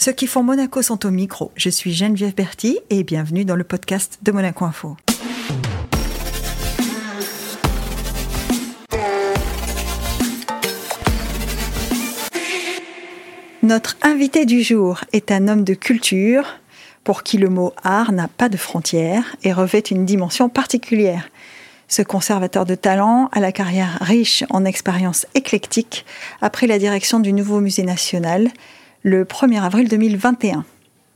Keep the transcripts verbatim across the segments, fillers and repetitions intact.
Ceux qui font Monaco sont au micro. Je suis Geneviève Berthy et bienvenue dans le podcast de Monaco Info. Notre invité du jour est un homme de culture pour qui le mot art n'a pas de frontières et revêt une dimension particulière. Ce conservateur de talent a la carrière riche en expériences éclectiques a pris la direction du nouveau musée national le premier avril deux mille vingt et un.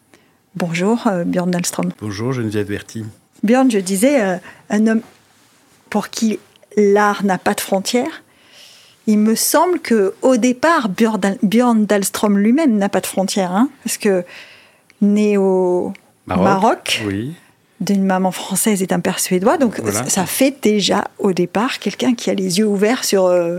Bonjour euh, Björn Dahlström. Bonjour Geneviève Berthy. Björn, je disais, euh, un homme pour qui l'art n'a pas de frontières. Il me semble qu'au départ, Björn, Björn Dahlström lui-même n'a pas de frontières, hein, parce que né au Maroc, Maroc oui. d'une maman française et d'un père suédois, donc voilà. Ça fait déjà au départ quelqu'un qui a les yeux ouverts sur... Euh...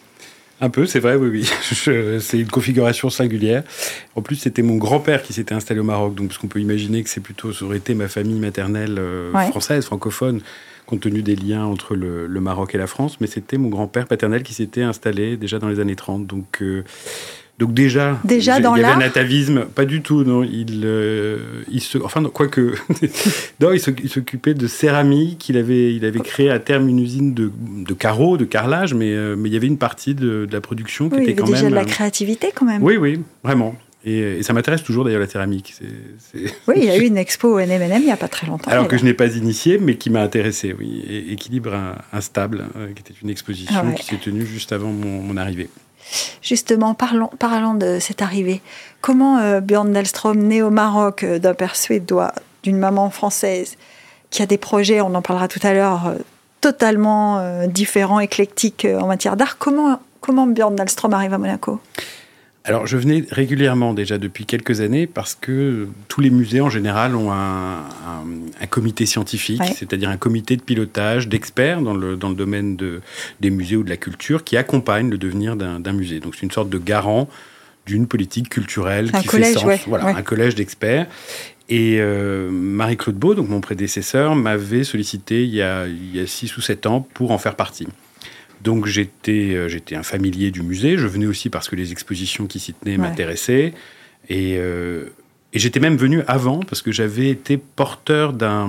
Un peu, c'est vrai, oui, oui. Je, c'est une configuration singulière. En plus, c'était mon grand-père qui s'était installé au Maroc, donc parce qu'on peut imaginer que c'est plutôt, ça aurait été ma famille maternelle euh, ouais. française, francophone, compte tenu des liens entre le, le Maroc et la France, mais c'était mon grand-père paternel qui s'était installé déjà dans les années trente, donc... Euh, Donc déjà, déjà dans il y avait l'art. un atavisme, pas du tout, non. Il, euh, il se, enfin, quoique, non, il s'occupait de céramique. Il avait, il avait créé à terme une usine de, de carreaux, de carrelage, mais, euh, mais il y avait une partie de, de la production qui oui, était quand même. Il y avait déjà de la créativité quand même. Oui, oui, vraiment. Et, et ça m'intéresse toujours d'ailleurs la céramque. C'est, c'est... Oui, il y a eu une expo au N M N M il n'y a pas très longtemps. Alors que je n'ai pas initié, mais qui m'a intéressé, oui. Et, Équilibre instable, euh, qui était une exposition ah ouais. qui s'est tenue juste avant mon, mon arrivée. Justement, parlons, parlons de cette arrivée. Comment euh, Björn Dahlström, né au Maroc euh, d'un père suédois, d'une maman française, qui a des projets, on en parlera tout à l'heure, euh, totalement euh, différents, éclectiques euh, en matière d'art, comment, comment Björn Dahlström arrive à Monaco ? Alors, je venais régulièrement déjà depuis quelques années parce que tous les musées en général ont un, un, un comité scientifique, ouais. c'est-à-dire un comité de pilotage d'experts dans le, dans le domaine de, des musées ou de la culture qui accompagne le devenir d'un, d'un musée. Donc, c'est une sorte de garant d'une politique culturelle un qui collège, fait sens. Ouais, voilà, ouais. un collège d'experts. Et euh, Marie-Claude Beau, donc mon prédécesseur, m'avait sollicité il y a, il y a six ou sept ans pour en faire partie. Donc j'étais, euh, j'étais un familier du musée. Je venais aussi parce que les expositions qui s'y tenaient ouais. m'intéressaient. Et, euh, et j'étais même venu avant parce que j'avais été porteur d'un...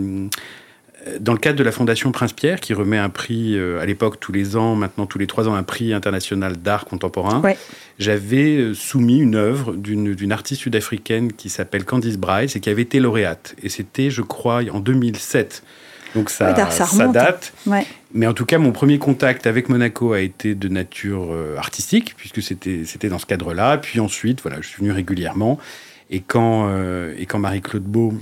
Dans le cadre de la Fondation Prince-Pierre, qui remet un prix, euh, à l'époque, tous les ans, maintenant tous les trois ans, un prix international d'art contemporain, ouais. j'avais soumis une œuvre d'une, d'une artiste sud-africaine qui s'appelle Candice Bryce et qui avait été lauréate. Et c'était, je crois, en deux mille sept. Donc ça, ouais, ça, ça date. Ouais. Mais en tout cas, mon premier contact avec Monaco a été de nature euh, artistique, puisque c'était, c'était dans ce cadre-là. Puis ensuite, voilà, je suis venu régulièrement. Et quand, euh, et quand Marie-Claude Beau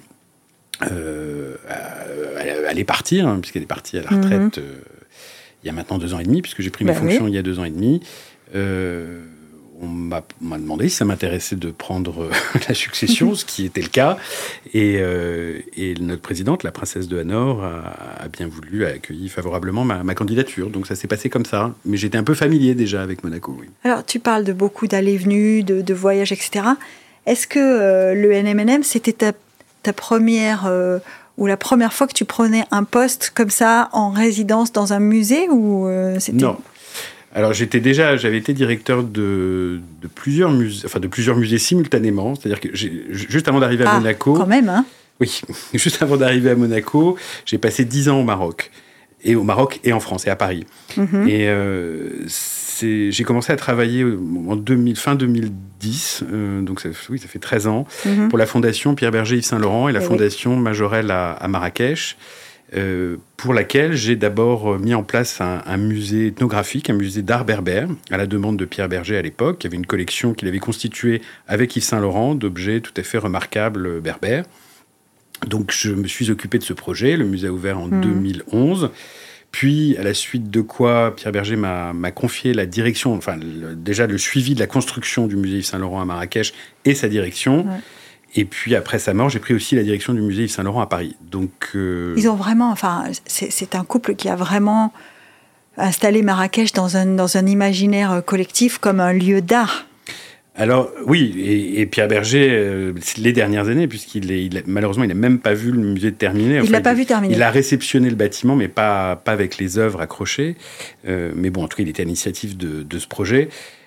euh, allait partir, hein, puisqu'elle est partie à la retraite mm-hmm. euh, il y a maintenant deux ans et demi, puisque j'ai pris mes ben fonctions oui. il y a deux ans et demi, euh, on m'a, on m'a demandé si ça m'intéressait de prendre la succession, ce qui était le cas. Et, euh, et notre présidente, la princesse de Hanovre, a, a bien voulu, a accueilli favorablement ma, ma candidature. Donc ça s'est passé comme ça. Mais j'étais un peu familier déjà avec Monaco, oui. Alors tu parles de beaucoup d'allées-venues, de, de voyages, et cetera. Est-ce que euh, le N M N M, c'était ta, ta première... Euh, ou la première fois que tu prenais un poste comme ça en résidence dans un musée ou euh, c'était... Non. Alors j'étais déjà, j'avais été directeur de, de plusieurs musées, enfin de plusieurs musées simultanément. C'est-à-dire que j'ai, juste avant d'arriver à ah, Monaco, quand même, hein. Oui, juste avant d'arriver à Monaco, j'ai passé dix ans au Maroc, et au Maroc et en France et à Paris. Mm-hmm. Et euh, c'est, j'ai commencé à travailler en deux mille, fin deux mille dix, euh, donc ça, oui, ça fait treize ans, mm-hmm. pour la fondation Pierre Berger Yves Saint Laurent et la et fondation oui. Majorelle à, à Marrakech. Euh, pour laquelle j'ai d'abord mis en place un, un musée ethnographique, un musée d'art berbère, à la demande de Pierre Berger à l'époque, qui avait une collection qu'il avait constituée avec Yves Saint Laurent d'objets tout à fait remarquables berbères. Donc je me suis occupé de ce projet, le musée a ouvert en mmh. deux mille onze, puis à la suite de quoi Pierre Berger m'a, m'a confié la direction, enfin le, déjà le suivi de la construction du musée Yves Saint Laurent à Marrakech et sa direction. Ouais. Et puis, après sa mort, j'ai pris aussi la direction du musée Yves Saint Laurent à Paris. Donc, euh... Ils ont vraiment... Enfin, c'est, c'est un couple qui a vraiment installé Marrakech dans un, dans un imaginaire collectif comme un lieu d'art. Alors, oui, et, et Pierre Berger, euh, les dernières années, puisqu'il est, il a, malheureusement, il n'a même pas vu le musée terminé. Il ne l'a pas vu terminé. Il a réceptionné le bâtiment, mais pas, pas avec les œuvres accrochées. Euh, mais bon, en tout cas, il était à l'initiative de, de ce projet.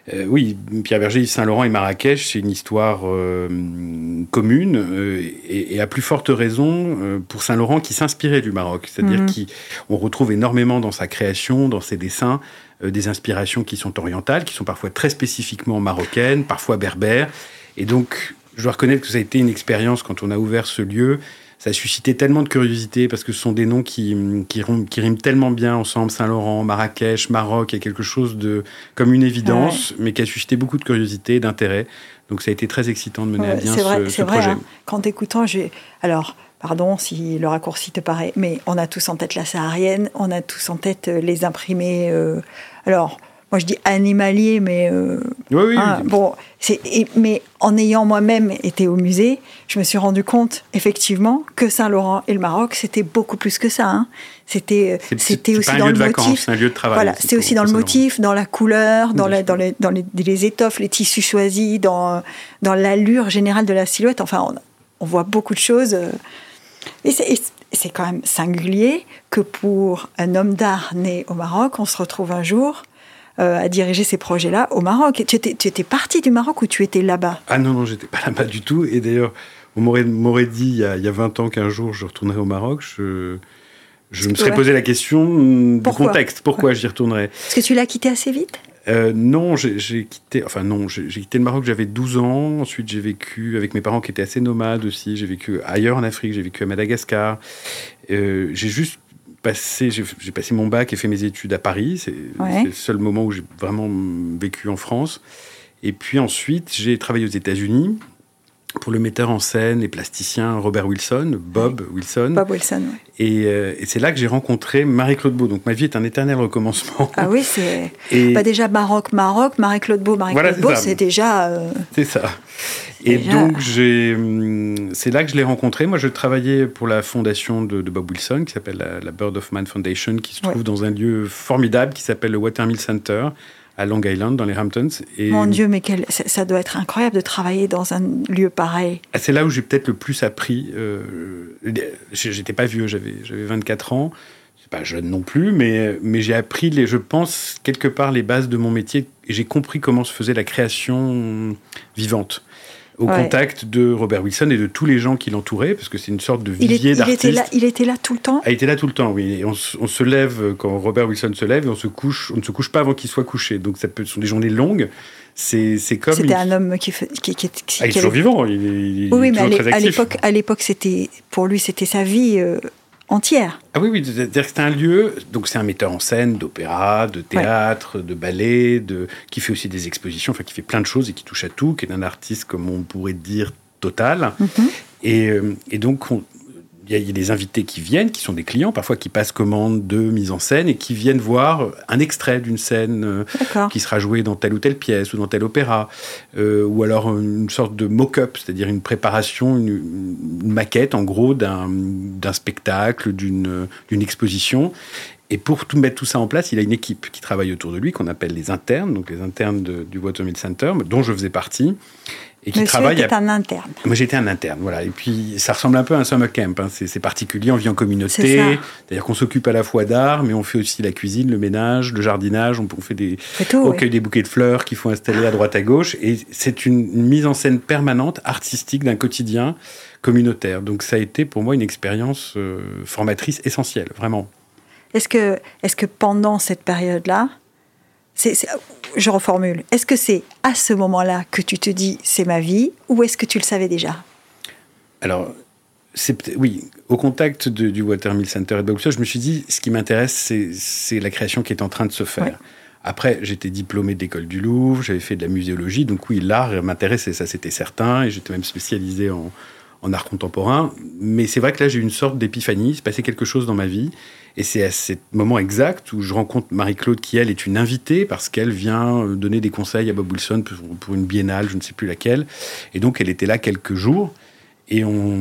Euh, oui, Pierre Berger, Yves Saint-Laurent et Marrakech, c'est une histoire euh, commune euh, et, et à plus forte raison euh, pour Saint-Laurent qui s'inspirait du Maroc. C'est-à-dire mmh. qu'on retrouve énormément dans sa création, dans ses dessins, euh, des inspirations qui sont orientales, qui sont parfois très spécifiquement marocaines, parfois berbères. Et donc, je dois reconnaître que ça a été une expérience quand on a ouvert ce lieu. Ça a suscité tellement de curiosité parce que ce sont des noms qui, qui, qui riment tellement bien ensemble. Saint-Laurent, Marrakech, Maroc, il y a quelque chose de comme une évidence, ouais. mais qui a suscité beaucoup de curiosité et d'intérêt. Donc ça a été très excitant de mener ouais, à bien c'est vrai, ce, c'est ce vrai, projet. Hein. Qu'en t'écoutant, j'ai... Alors, pardon si le raccourci te paraît, mais on a tous en tête la saharienne, on a tous en tête les imprimés... Euh... Alors... Moi, je dis animalier, mais... Euh, oui, oui, hein, oui. Bon, c'est, et, mais en ayant moi-même été au musée, je me suis rendu compte, effectivement, que Saint-Laurent et le Maroc, c'était beaucoup plus que ça. Hein. C'était, c'est, c'était c'est aussi pas dans un lieu le de motif. Vacances, c'est un lieu de travail. Voilà, c'est aussi dans le motif, dans la couleur, dans, la, dans, les, dans les, les étoffes, les tissus choisis, dans, dans l'allure générale de la silhouette. Enfin, on, on voit beaucoup de choses. Et c'est, et c'est quand même singulier que pour un homme d'art né au Maroc, on se retrouve un jour... Euh, à diriger ces projets-là au Maroc. Tu étais, tu étais parti du Maroc ou tu étais là-bas ? Ah non, non, j'étais pas là-bas du tout. Et d'ailleurs, on m'aurait, m'aurait dit il y, a, il y a vingt ans qu'un jour je retournerais au Maroc. Je, je me serais ouais. posé la question du pourquoi contexte. Pourquoi ouais. j'y retournerais ? Est-ce que tu l'as quitté assez vite ? euh, Non, j'ai, j'ai quitté... Enfin non, j'ai, j'ai quitté le Maroc, j'avais douze ans. Ensuite, j'ai vécu avec mes parents qui étaient assez nomades aussi. J'ai vécu ailleurs en Afrique, j'ai vécu à Madagascar. Euh, j'ai juste Passé, j'ai, j'ai passé mon bac et fait mes études à Paris. C'est, ouais. c'est le seul moment où j'ai vraiment vécu en France. Et puis ensuite, j'ai travaillé aux États-Unis pour le metteur en scène et plasticien Robert Wilson, Bob ouais. Wilson. Bob Wilson, oui. Et, euh, et c'est là que j'ai rencontré Marie-Claude Beau. Donc ma vie est un éternel recommencement. Ah oui, c'est et... bah déjà Maroc, Maroc, Marie-Claude Beau, Marie-Claude voilà, Beau, c'est déjà. Euh... C'est ça. Et déjà... donc, j'ai, c'est là que je l'ai rencontré. Moi, je travaillais pour la fondation de, de Bob Wilson, qui s'appelle la, la Bird of Man Foundation, qui se trouve ouais. dans un lieu formidable qui s'appelle le Watermill Center, à Long Island, dans les Hamptons. Et mon Dieu, mais quel, ça, ça doit être incroyable de travailler dans un lieu pareil. C'est là où j'ai peut-être le plus appris. Euh, j'étais pas vieux, j'avais, j'avais vingt-quatre ans. C'est pas jeune non plus, mais, mais j'ai appris, les, je pense, quelque part les bases de mon métier. Et j'ai compris comment se faisait la création vivante. Au ouais. contact de Robert Wilson et de tous les gens qui l'entouraient, parce que c'est une sorte de vivier il est, d'artistes. Il était, là, il était là tout le temps ? Ah, il était là tout le temps, oui. Et on, on se lève quand Robert Wilson se lève et on se couche. On ne se couche pas avant qu'il soit couché. Donc ça peut, ce sont des journées longues. C'est, c'est comme. C'était il... un homme qui, fait, qui, qui, qui, ah, il est toujours avait... vivant. Il est, il est oui, toujours mais très à actif. l'époque, à l'époque, c'était pour lui, c'était sa vie. Euh... entière. Ah oui, oui, c'est-à-dire que c'est un lieu, donc c'est un metteur en scène d'opéra, de théâtre, ouais. de ballet, de, qui fait aussi des expositions, enfin qui fait plein de choses et qui touche à tout, qui est un artiste, comme on pourrait dire, total. Mm-hmm. Et, et donc, il y, y a des invités qui viennent, qui sont des clients, parfois qui passent commande de mise en scène et qui viennent voir un extrait d'une scène D'accord. qui sera jouée dans telle ou telle pièce ou dans tel opéra, euh, ou alors une sorte de mock-up, c'est-à-dire une préparation, une, une maquette, en gros, d'un, d'un spectacle, d'une, d'une exposition. Et pour tout mettre tout ça en place, il a une équipe qui travaille autour de lui, qu'on appelle les internes, donc les internes de, du Watermill Center, dont je faisais partie. Et qui Monsieur travaille était à... un interne. Moi, j'étais un interne, voilà. Et puis, ça ressemble un peu à un summer camp. Hein. C'est, c'est particulier, on vit en communauté. C'est-à-dire qu'on s'occupe à la fois d'art, mais on fait aussi la cuisine, le ménage, le jardinage. On, on fait des tout, on cueille oui. des bouquets de fleurs qu'il faut installer à droite à gauche. Et c'est une, une mise en scène permanente, artistique, d'un quotidien communautaire. Donc, ça a été pour moi une expérience euh, formatrice essentielle, vraiment. Est-ce que, est-ce que pendant cette période-là, c'est, c'est, je reformule, est-ce que c'est à ce moment-là que tu te dis c'est ma vie ou est-ce que tu le savais déjà ? Alors, c'est, oui, au contact de, du Watermill Center et de Bob Wilson, je me suis dit ce qui m'intéresse, c'est, c'est la création qui est en train de se faire. Ouais. Après, j'étais diplômé d'école du Louvre, j'avais fait de la muséologie, donc oui, l'art m'intéressait, ça c'était certain, et j'étais même spécialisé en, en art contemporain. Mais c'est vrai que là, j'ai eu une sorte d'épiphanie, il s'est passé quelque chose dans ma vie. Et c'est à ce moment exact où je rencontre Marie-Claude, qui, elle, est une invitée parce qu'elle vient donner des conseils à Bob Wilson pour, pour une biennale, je ne sais plus laquelle. Et donc, elle était là quelques jours et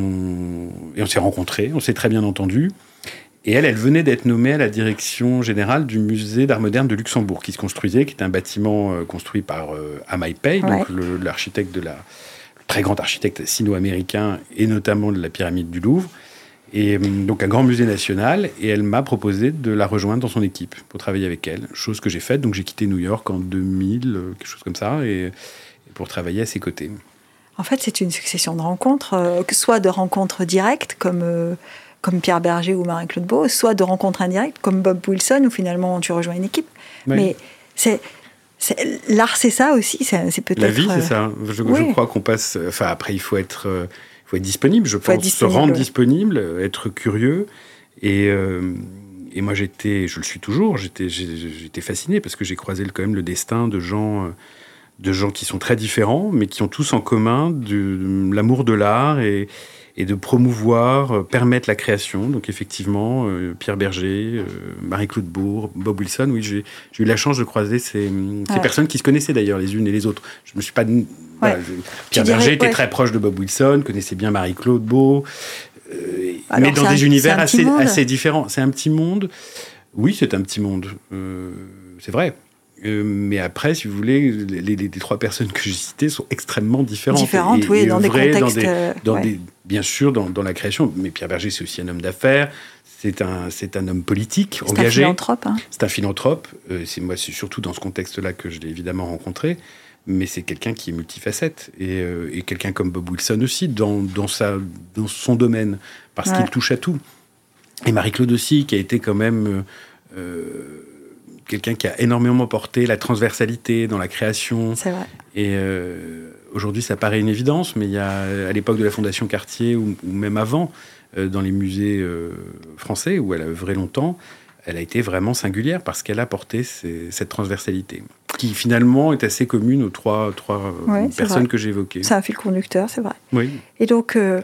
on, et on s'est rencontrés, on s'est très bien entendus. Et elle, elle venait d'être nommée à la direction générale du musée d'art moderne de Luxembourg, qui se construisait, qui est un bâtiment construit par euh, Amai Pei, ouais. donc le, l'architecte de la, le très grand architecte sino-américain et notamment de la pyramide du Louvre. Et donc un grand musée national, et elle m'a proposé de la rejoindre dans son équipe pour travailler avec elle, chose que j'ai faite. Donc j'ai quitté New York en deux mille, quelque chose comme ça, et, et pour travailler à ses côtés. En fait, c'est une succession de rencontres, euh, soit de rencontres directes, comme, euh, comme Pierre Berger ou Marie-Claude Beau, soit de rencontres indirectes, comme Bob Wilson, où finalement tu rejoins une équipe. Oui. Mais c'est, c'est, l'art, c'est ça aussi, c'est, c'est peut-être... La vie, c'est ça. Je, oui. je crois qu'on passe... Enfin, après, il faut être... Euh, faut être disponible, je pense, disponible, se rendre ouais. disponible, être curieux. Et, euh, et moi, j'étais, je le suis toujours, j'étais, j'étais fasciné parce que j'ai croisé quand même le destin de gens, de gens qui sont très différents, mais qui ont tous en commun de, de l'amour de l'art et, et de promouvoir, permettre la création. Donc effectivement, euh, Pierre Berger, euh, Marie-Claude Beau, Bob Wilson, oui, j'ai, j'ai eu la chance de croiser ces, ces ouais. personnes qui se connaissaient d'ailleurs les unes et les autres. Je me suis pas... Voilà, ouais. Pierre Berger dirais, était ouais. très proche de Bob Wilson, connaissait bien Marie-Claude Beau, euh, mais dans des un, univers assez, assez différents. C'est un petit monde. Oui, c'est un petit monde. Euh, c'est vrai. Euh, mais après, si vous voulez, les, les, les trois personnes que j'ai citées sont extrêmement différentes. Différentes, et, oui, et dans des contextes... Dans des, dans ouais. des, bien sûr, dans, dans la création. Mais Pierre Berger, c'est aussi un homme d'affaires. C'est un, c'est un homme politique, c'est engagé. C'est un philanthrope. Hein. C'est un philanthrope. Euh, c'est, moi, c'est surtout dans ce contexte-là que je l'ai évidemment rencontré. Mais c'est quelqu'un qui est multifacette. Et, euh, et quelqu'un comme Bob Wilson aussi, dans, dans, sa, dans son domaine, parce ouais. qu'il touche à tout. Et Marie-Claude aussi, qui a été quand même... Euh, quelqu'un qui a énormément porté la transversalité dans la création. C'est vrai. Et euh, aujourd'hui, ça paraît une évidence, mais il y a, à l'époque de la Fondation Cartier, ou, ou même avant, euh, dans les musées euh, français, où elle a œuvré longtemps, elle a été vraiment singulière parce qu'elle a porté ces, cette transversalité, qui finalement est assez commune aux trois, trois ouais, personnes que j'ai évoquées. C'est un fil conducteur, c'est vrai. Oui. Et donc, euh,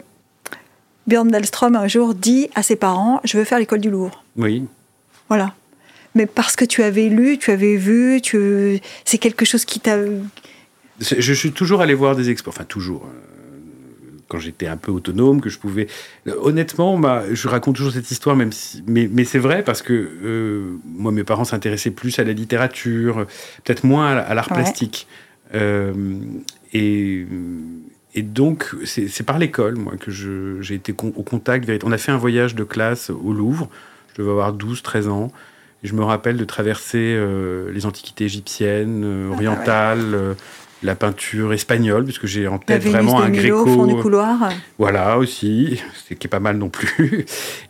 Björn Dahlström, un jour, dit à ses parents « Je veux faire l'école du Louvre ». Oui. Voilà. Mais parce que tu avais lu, tu avais vu, tu... c'est quelque chose qui t'a... Je suis toujours allé voir des expos, enfin toujours, euh, quand j'étais un peu autonome, que je pouvais... Honnêtement, bah, je raconte toujours cette histoire, même si... mais, mais c'est vrai, parce que euh, moi, mes parents s'intéressaient plus à la littérature, peut-être moins à l'art ouais. plastique. Euh, et, et donc, c'est, c'est par l'école, moi, que je, j'ai été con, au contact. On a fait un voyage de classe au Louvre, je devais avoir douze treize ans. Je me rappelle de traverser euh, les antiquités égyptiennes, euh, orientales, ah ouais. euh, la peinture espagnole, puisque j'ai en tête la vraiment un Milo, gréco. Au fond du couloir. Voilà, aussi, c'est qui est pas mal non plus.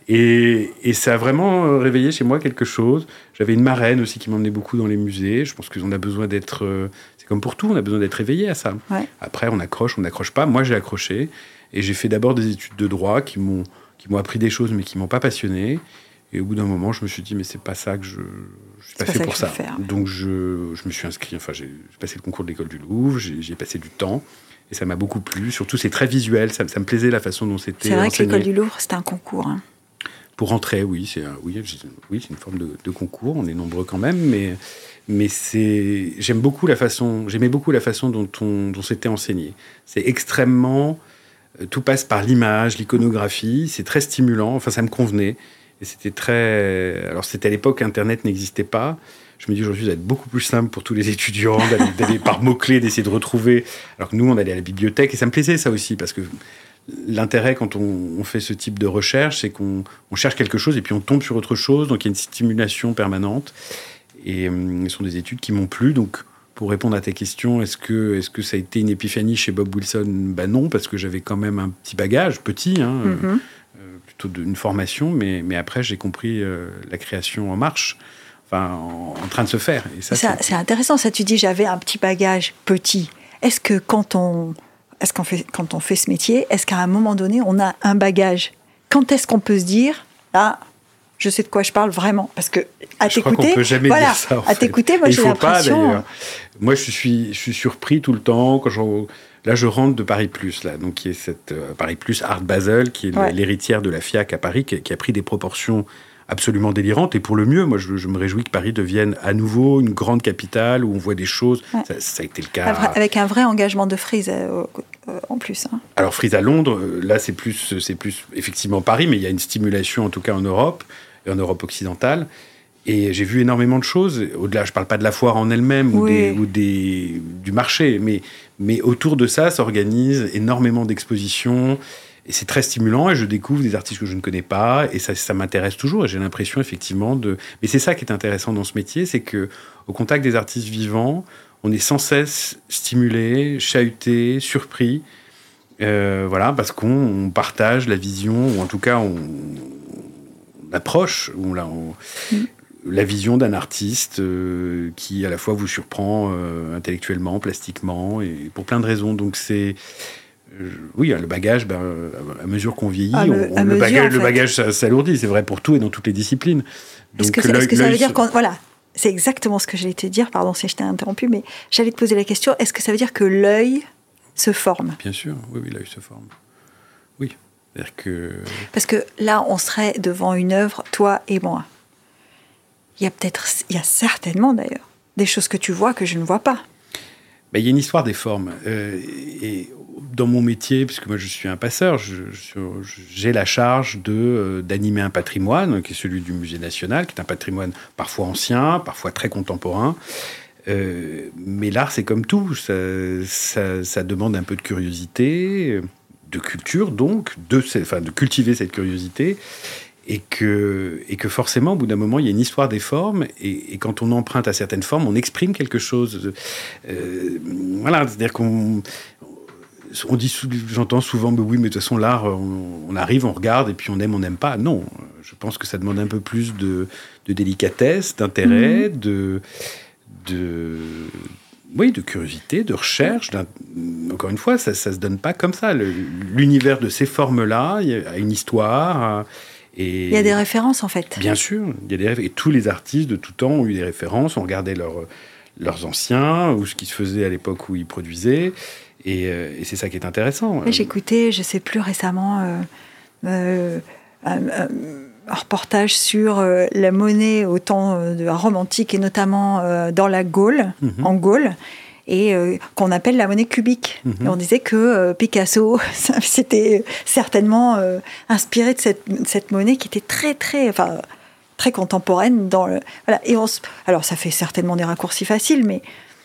Et, et ça a vraiment réveillé chez moi quelque chose. J'avais une marraine aussi qui m'emmenait beaucoup dans les musées. Je pense qu'on a besoin d'être... Euh, c'est comme pour tout, on a besoin d'être éveillé à ça. Ouais. Après, on accroche, on n'accroche pas. Moi, j'ai accroché. Et j'ai fait d'abord des études de droit qui m'ont, qui m'ont appris des choses, mais qui ne m'ont pas passionné. Et au bout d'un moment, je me suis dit, mais c'est pas ça que je... Je suis pas fait pour ça. Faire, ouais. Donc, je, je me suis inscrit... Enfin, j'ai, j'ai passé le concours de l'école du Louvre, j'ai, j'y ai passé du temps. Et ça m'a beaucoup plu. Surtout, c'est très visuel. Ça, ça me plaisait la façon dont c'était C'est vrai enseigné. Que l'école du Louvre, c'était un concours. Hein. Pour rentrer, oui. C'est, un, oui, oui, c'est une forme de, de concours. On est nombreux quand même. Mais, mais c'est... J'aime beaucoup la façon... J'aimais beaucoup la façon dont, on, dont c'était enseigné. C'est extrêmement... Tout passe par l'image, l'iconographie. C'est très stimulant. Enfin, ça me convenait. Et c'était très... Alors, c'était à l'époque, Internet n'existait pas. Je me dis, aujourd'hui, ça va être beaucoup plus simple pour tous les étudiants d'aller, d'aller par mots-clés, d'essayer de retrouver... Alors que nous, on allait à la bibliothèque. Et ça me plaisait, ça aussi, parce que l'intérêt, quand on, on fait ce type de recherche, c'est qu'on on cherche quelque chose et puis on tombe sur autre chose. Donc, il y a une stimulation permanente. Et euh, ce sont des études qui m'ont plu. Donc, pour répondre à ta question, est-ce que, est-ce que ça a été une épiphanie chez Bob Wilson ? Ben non, parce que j'avais quand même un petit bagage, petit, hein, mm-hmm. euh, d'une formation, mais, mais après, j'ai compris euh, la création en marche, enfin, en, en train de se faire. Et ça, ça, c'est... c'est intéressant, ça, tu dis, j'avais un petit bagage petit. Est-ce que quand on, est-ce qu'on fait, quand on fait ce métier, est-ce qu'à un moment donné, on a un bagage ? Quand est-ce qu'on peut se dire, là, je sais de quoi je parle vraiment ? Parce que, à je t'écouter, crois qu'on peut jamais voilà, dire ça, en à fait. t'écouter, moi, Et j'ai il faut l'impression... pas, d'ailleurs. Moi, je suis, je suis surpris tout le temps quand j'en... Là, je rentre de Paris Plus, là, donc qui est cette euh, Paris Plus Art Basel, qui est ouais. l'héritière de la FIAC à Paris, qui, qui a pris des proportions absolument délirantes. Et pour le mieux, moi, je, je me réjouis que Paris devienne à nouveau une grande capitale où on voit des choses. Ouais. Ça, ça a été le cas. Avec un vrai engagement de Frieze euh, euh, en plus. Hein. Alors Frieze à Londres, euh, là, c'est plus, c'est plus effectivement Paris, mais il y a une stimulation en tout cas en Europe et en Europe occidentale. Et j'ai vu énormément de choses. Au-delà, je ne parle pas de la foire en elle-même oui. ou, des, ou des, du marché, mais, mais autour de ça s'organisent énormément d'expositions. et c'est très stimulant, et je découvre des artistes que je ne connais pas, et ça, ça m'intéresse toujours, et j'ai l'impression effectivement de... Mais c'est ça qui est intéressant dans ce métier, c'est qu'au contact des artistes vivants, on est sans cesse stimulé, chahuté, surpris, euh, voilà, parce qu'on on partage la vision, ou en tout cas on, on approche, on, la, on, mmh. la vision d'un artiste euh, qui à la fois vous surprend euh, intellectuellement, plastiquement, et pour plein de raisons. Donc c'est... Oui, le bagage, ben, à mesure qu'on vieillit, ah, le, on, on, le, mesure, bagage, en fait. le bagage s'alourdit. C'est vrai pour tout et dans toutes les disciplines. Donc, est-ce que, est-ce que ça veut dire qu'on... Voilà, c'est exactement ce que j'allais te dire. Pardon si je t'ai interrompu, mais j'allais te poser la question. Est-ce que ça veut dire que l'œil se forme ? Bien sûr, oui, oui, l'œil se forme. Oui. C'est-à-dire que... Parce que là, on serait devant une œuvre, toi et moi. Il y a peut-être, il y a certainement d'ailleurs, des choses que tu vois que je ne vois pas. Ben, il y a une histoire des formes. Euh, et dans mon métier, puisque moi je suis un passeur, je, je, j'ai la charge de, euh, d'animer un patrimoine, qui est celui du Musée national, qui est un patrimoine parfois ancien, parfois très contemporain. Euh, mais l'art, c'est comme tout. Ça, ça, ça demande un peu de curiosité, de culture, donc, de, enfin, de cultiver cette curiosité. Et que, et que forcément, au bout d'un moment, il y a une histoire des formes, et, et quand on emprunte à certaines formes, on exprime quelque chose. Euh, voilà, c'est-à-dire qu'on... On dit, j'entends souvent, mais oui, mais de toute façon, l'art, on, on arrive, on regarde, et puis on aime, on n'aime pas. Non, je pense que ça demande un peu plus de, de délicatesse, d'intérêt, mmh. de, de, oui, de curiosité, de recherche. Encore une fois, ça ne se donne pas comme ça. Le, l'univers de ces formes-là, il y a une histoire. Et il y a des références, en fait. Bien sûr, il y a des références. Et tous les artistes de tout temps ont eu des références. On regardait leur, leurs anciens, ou ce qui se faisait à l'époque où ils produisaient. Et, euh, et c'est ça qui est intéressant. J'écoutais, je ne sais plus récemment, euh, euh, un, un, un reportage sur euh, la monnaie au temps de la Rome antique, et notamment euh, dans la Gaule, mm-hmm. en Gaule, et euh, qu'on appelle la monnaie cubique. Mm-hmm. Et on disait que euh, Picasso s'était certainement euh, inspiré de cette, cette monnaie qui était très, très... Enfin, très contemporaine. Dans le, voilà. Et on, alors, ça fait certainement des raccourcis faciles, mais...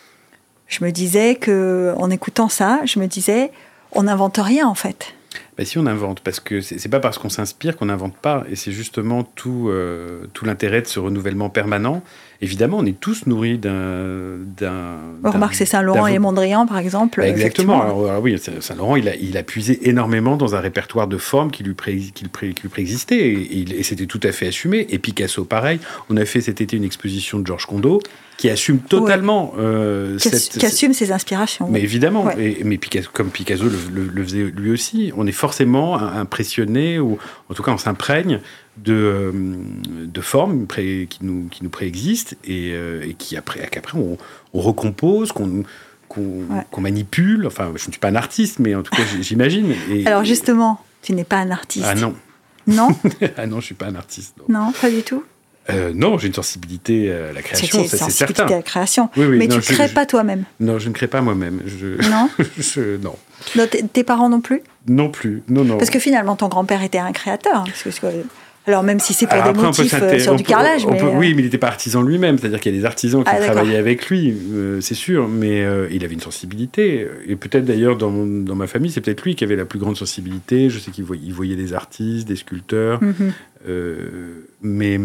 Je me disais qu'en écoutant ça, je me disais, on n'invente rien en fait. Ben si, on invente, parce que c'est, c'est pas parce qu'on s'inspire qu'on n'invente pas, et c'est justement tout, euh, tout l'intérêt de ce renouvellement permanent. Évidemment, on est tous nourris d'un... d'un on remarque que c'est Saint-Laurent et Mondrian, par exemple. Ben exactement. Alors, alors oui, Saint-Laurent, il a, il a puisé énormément dans un répertoire de formes qui lui, pré, qui pré, qui lui préexistait, et, et, et c'était tout à fait assumé. Et Picasso, pareil. On a fait cet été une exposition de Georges Condo, qui assume totalement... Ouais. Euh, qui, cette, qui assume ses inspirations. Mais évidemment, ouais. et, mais Picasso, comme Picasso le, le, le faisait lui aussi, on est forcément impressionné, ou en tout cas on s'imprègne de, de formes pré, qui, nous, qui nous préexistent, et, et qui après, qu'après on, on recompose, qu'on, qu'on, ouais. qu'on manipule. Enfin, je ne suis pas un artiste, mais en tout cas j'imagine. Et, Alors justement, tu n'es pas un artiste. Ah non. Non Ah non, je ne suis pas un artiste. Non, non pas du tout. Euh, non, j'ai une sensibilité à la création, c'est, ça, c'est certain. À la création. Oui, oui, mais non, tu ne crées je, pas toi-même. Non, je ne crée pas moi-même. Je, non. je, non. non t- tes parents non plus. Non plus. Non, non. Parce que finalement, ton grand-père était un créateur. Parce que, parce que, alors même si c'est pour alors des après, motifs euh, sur on du peut, carrelage, on mais peut, euh... oui, mais il n'était pas artisan lui-même. C'est-à-dire qu'il y a des artisans qui ah, travaillaient avec lui, euh, c'est sûr. Mais euh, il avait une sensibilité. Et peut-être d'ailleurs dans, mon, dans ma famille, c'est peut-être lui qui avait la plus grande sensibilité. Je sais qu'il voyait, il voyait des artistes, des sculpteurs, mm-hmm. euh, mais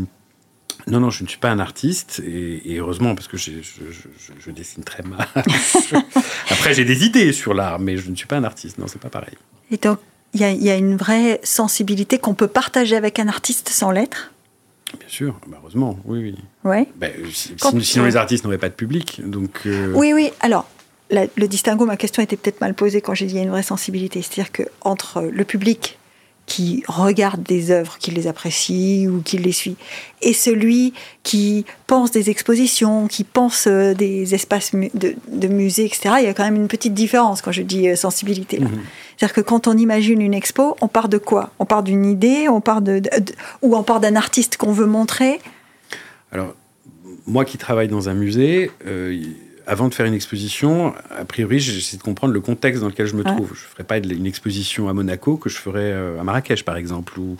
non, non, je ne suis pas un artiste, et, et heureusement, parce que je, je, je, je dessine très mal. Après, j'ai des idées sur l'art, mais je ne suis pas un artiste. Non, c'est pas pareil. Et donc, il y, y a une vraie sensibilité qu'on peut partager avec un artiste sans l'être ? Bien sûr, bah heureusement, oui, oui. Ouais. Bah, si, sinon, sinon les artistes n'auraient pas de public, donc... Euh... Oui, oui, alors, la, le distinguo, ma question était peut-être mal posée quand j'ai dit qu'il y a une vraie sensibilité. C'est-à-dire qu'entre le public qui regarde des œuvres, qui les apprécie ou qui les suit, et celui qui pense des expositions, qui pense des espaces de, de musées, et cetera, il y a quand même une petite différence quand je dis sensibilité. Là. Mmh. C'est-à-dire que quand on imagine une expo, on part de quoi ? On part d'une idée, on part de, de, de, ou on part d'un artiste qu'on veut montrer ? Alors, moi qui travaille dans un musée... Euh, avant de faire une exposition, a priori, j'essaie de comprendre le contexte dans lequel je me trouve. Ouais. Je ne ferais pas une exposition à Monaco que je ferais à Marrakech, par exemple, ou,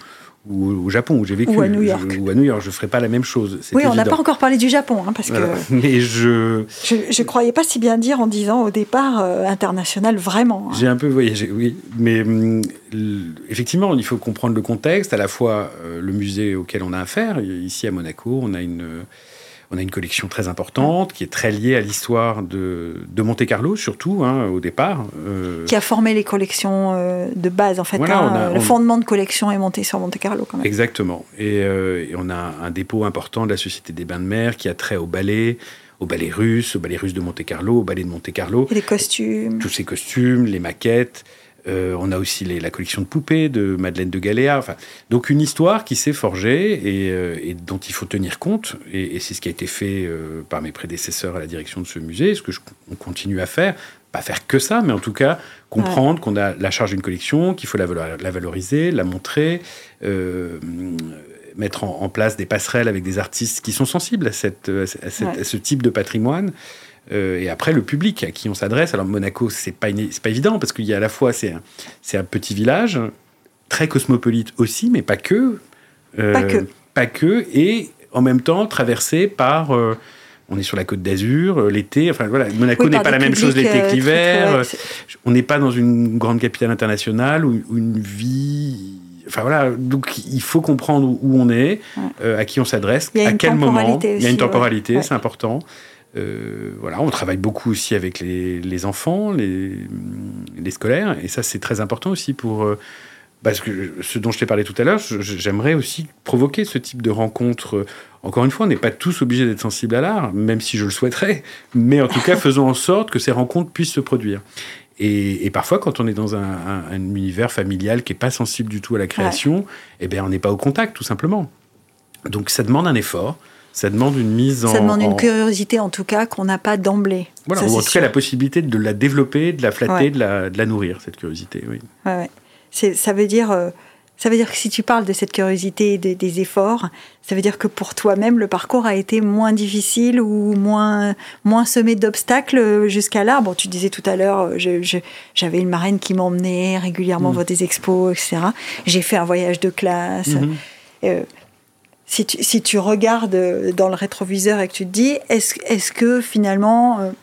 ou au Japon où j'ai vécu. Ou à New York. Je, ou à New York, je ne ferais pas la même chose. C'est oui, évident. On n'a pas encore parlé du Japon, hein, parce voilà. que Mais je... je ne croyais pas si bien dire en disant au départ euh, international, vraiment. Hein. J'ai un peu voyagé, oui. Mais hum, effectivement, il faut comprendre le contexte, à la fois euh, le musée auquel on a affaire. Ici, à Monaco, on a une... Euh, On a une collection très importante qui est très liée à l'histoire de, de Monte-Carlo, surtout, hein, au départ. Euh... Qui a formé les collections euh, de base, en fait. Voilà, hein, on a, le on... fondement de collection est monté sur Monte-Carlo, quand même. Exactement. Et, euh, et on a un dépôt important de la Société des Bains de Mer qui a trait au ballet, au ballet russe, au ballet russe de Monte-Carlo, au ballet de Monte-Carlo. Et les costumes. Tous ces costumes, les maquettes. Euh, on a aussi les, la collection de poupées de Madeleine de Galéa. Enfin, donc une histoire qui s'est forgée et, euh, et dont il faut tenir compte. Et, et c'est ce qui a été fait euh, par mes prédécesseurs à la direction de ce musée, ce que je, on continue à faire. Pas faire que ça, mais en tout cas comprendre ouais. qu'on a la charge d'une collection, qu'il faut la, la valoriser, la montrer, euh, mettre en, en place des passerelles avec des artistes qui sont sensibles à, cette, à, cette, ouais. à ce type de patrimoine. Euh, et après, le public à qui on s'adresse. Alors, Monaco, c'est pas, une, c'est pas évident, parce qu'il y a à la fois, c'est un, c'est un petit village, très cosmopolite aussi, mais pas que. Euh, pas que. Pas que, et en même temps, traversé par... Euh, on est sur la Côte d'Azur, euh, l'été. Enfin, voilà, Monaco oui, n'est pas la même chose l'été que l'hiver. Euh, très, très, on n'est pas dans une grande capitale internationale où, où une vie... Enfin voilà, donc il faut comprendre où on est, ouais. euh, à qui on s'adresse, à quel moment. Aussi, il y a une temporalité, ouais. c'est important. Euh, voilà, on travaille beaucoup aussi avec les, les enfants, les, les scolaires, et ça c'est très important aussi pour euh, parce que ce dont je t'ai parlé tout à l'heure, je, j'aimerais aussi provoquer ce type de rencontres. Encore une fois, on n'est pas tous obligés d'être sensibles à l'art, même si je le souhaiterais, mais en tout cas faisons en sorte que ces rencontres puissent se produire. Et, et parfois, quand on est dans un, un, un univers familial qui n'est pas sensible du tout à la création, ouais. eh bien, on n'est pas au contact, tout simplement. Donc ça demande un effort. Ça demande une mise en... Ça demande une en... curiosité, en tout cas, qu'on n'a pas d'emblée. Voilà, ça, ou en tout sûr. cas la possibilité de la développer, de la flatter, ouais. de, la, de la nourrir, cette curiosité. Oui. Ouais, ouais. C'est, ça, veut dire, euh, ça veut dire que si tu parles de cette curiosité et de, des efforts, ça veut dire que pour toi-même, le parcours a été moins difficile ou moins, moins semé d'obstacles jusqu'à là. Bon, tu disais tout à l'heure, je, je, j'avais une marraine qui m'emmenait régulièrement mmh. voir des expos, et cetera. J'ai fait un voyage de classe. Mmh. Euh, Si tu, si tu regardes dans le rétroviseur et que tu te dis, est-ce, est-ce que finalement, euh,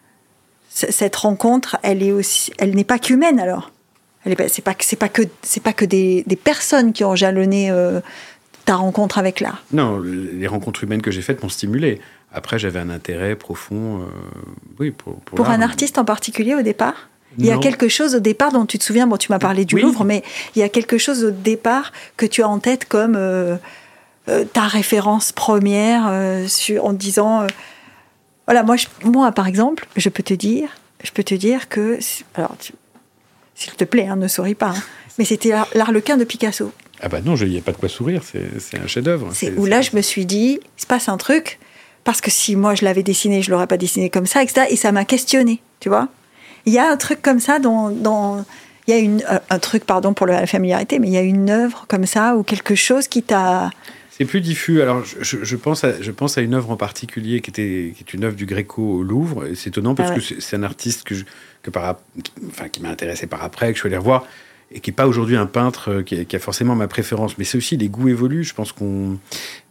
c- cette rencontre, elle, est aussi, elle n'est pas qu'humaine alors ? Elle est pas, c'est pas, c'est pas que, c'est pas que des, des personnes qui ont jalonné euh, ta rencontre avec l'art. Non, les rencontres humaines que j'ai faites m'ont stimulé. Après, j'avais un intérêt profond. Euh, oui, pour, pour, pour l'art. un artiste en particulier au départ ? Il Non. y a quelque chose au départ dont tu te souviens, bon, tu m'as parlé du oui. Louvre, mais il y a quelque chose au départ que tu as en tête comme... Euh, Euh, ta référence première euh, sur, en disant euh, voilà moi, je, moi par exemple je peux te dire je peux te dire que alors tu, s'il te plaît hein, ne souris pas hein, mais c'était l'Arlequin de Picasso. Ah bah non, il n'y a pas de quoi sourire, c'est, c'est un chef-d'œuvre. C'est, c'est où c'est... là je me suis dit il se passe un truc parce que si moi je l'avais dessiné je l'aurais pas dessiné comme ça et cetera et ça m'a questionné, tu vois. Il y a un truc comme ça dans, dans il y a une, un truc pardon pour la familiarité mais il y a une œuvre comme ça ou quelque chose qui t'a... C'est plus diffus. Alors, je, je, pense à, je pense à une œuvre en particulier qui, était, qui est une œuvre du Gréco au Louvre. Et c'est étonnant parce ah ouais. que c'est, c'est un artiste que je, que par, enfin, qui m'a intéressé par après, que je suis allé revoir, et qui n'est pas aujourd'hui un peintre qui a, qui a forcément ma préférence. Mais c'est aussi, les goûts évoluent. Je pense qu'on...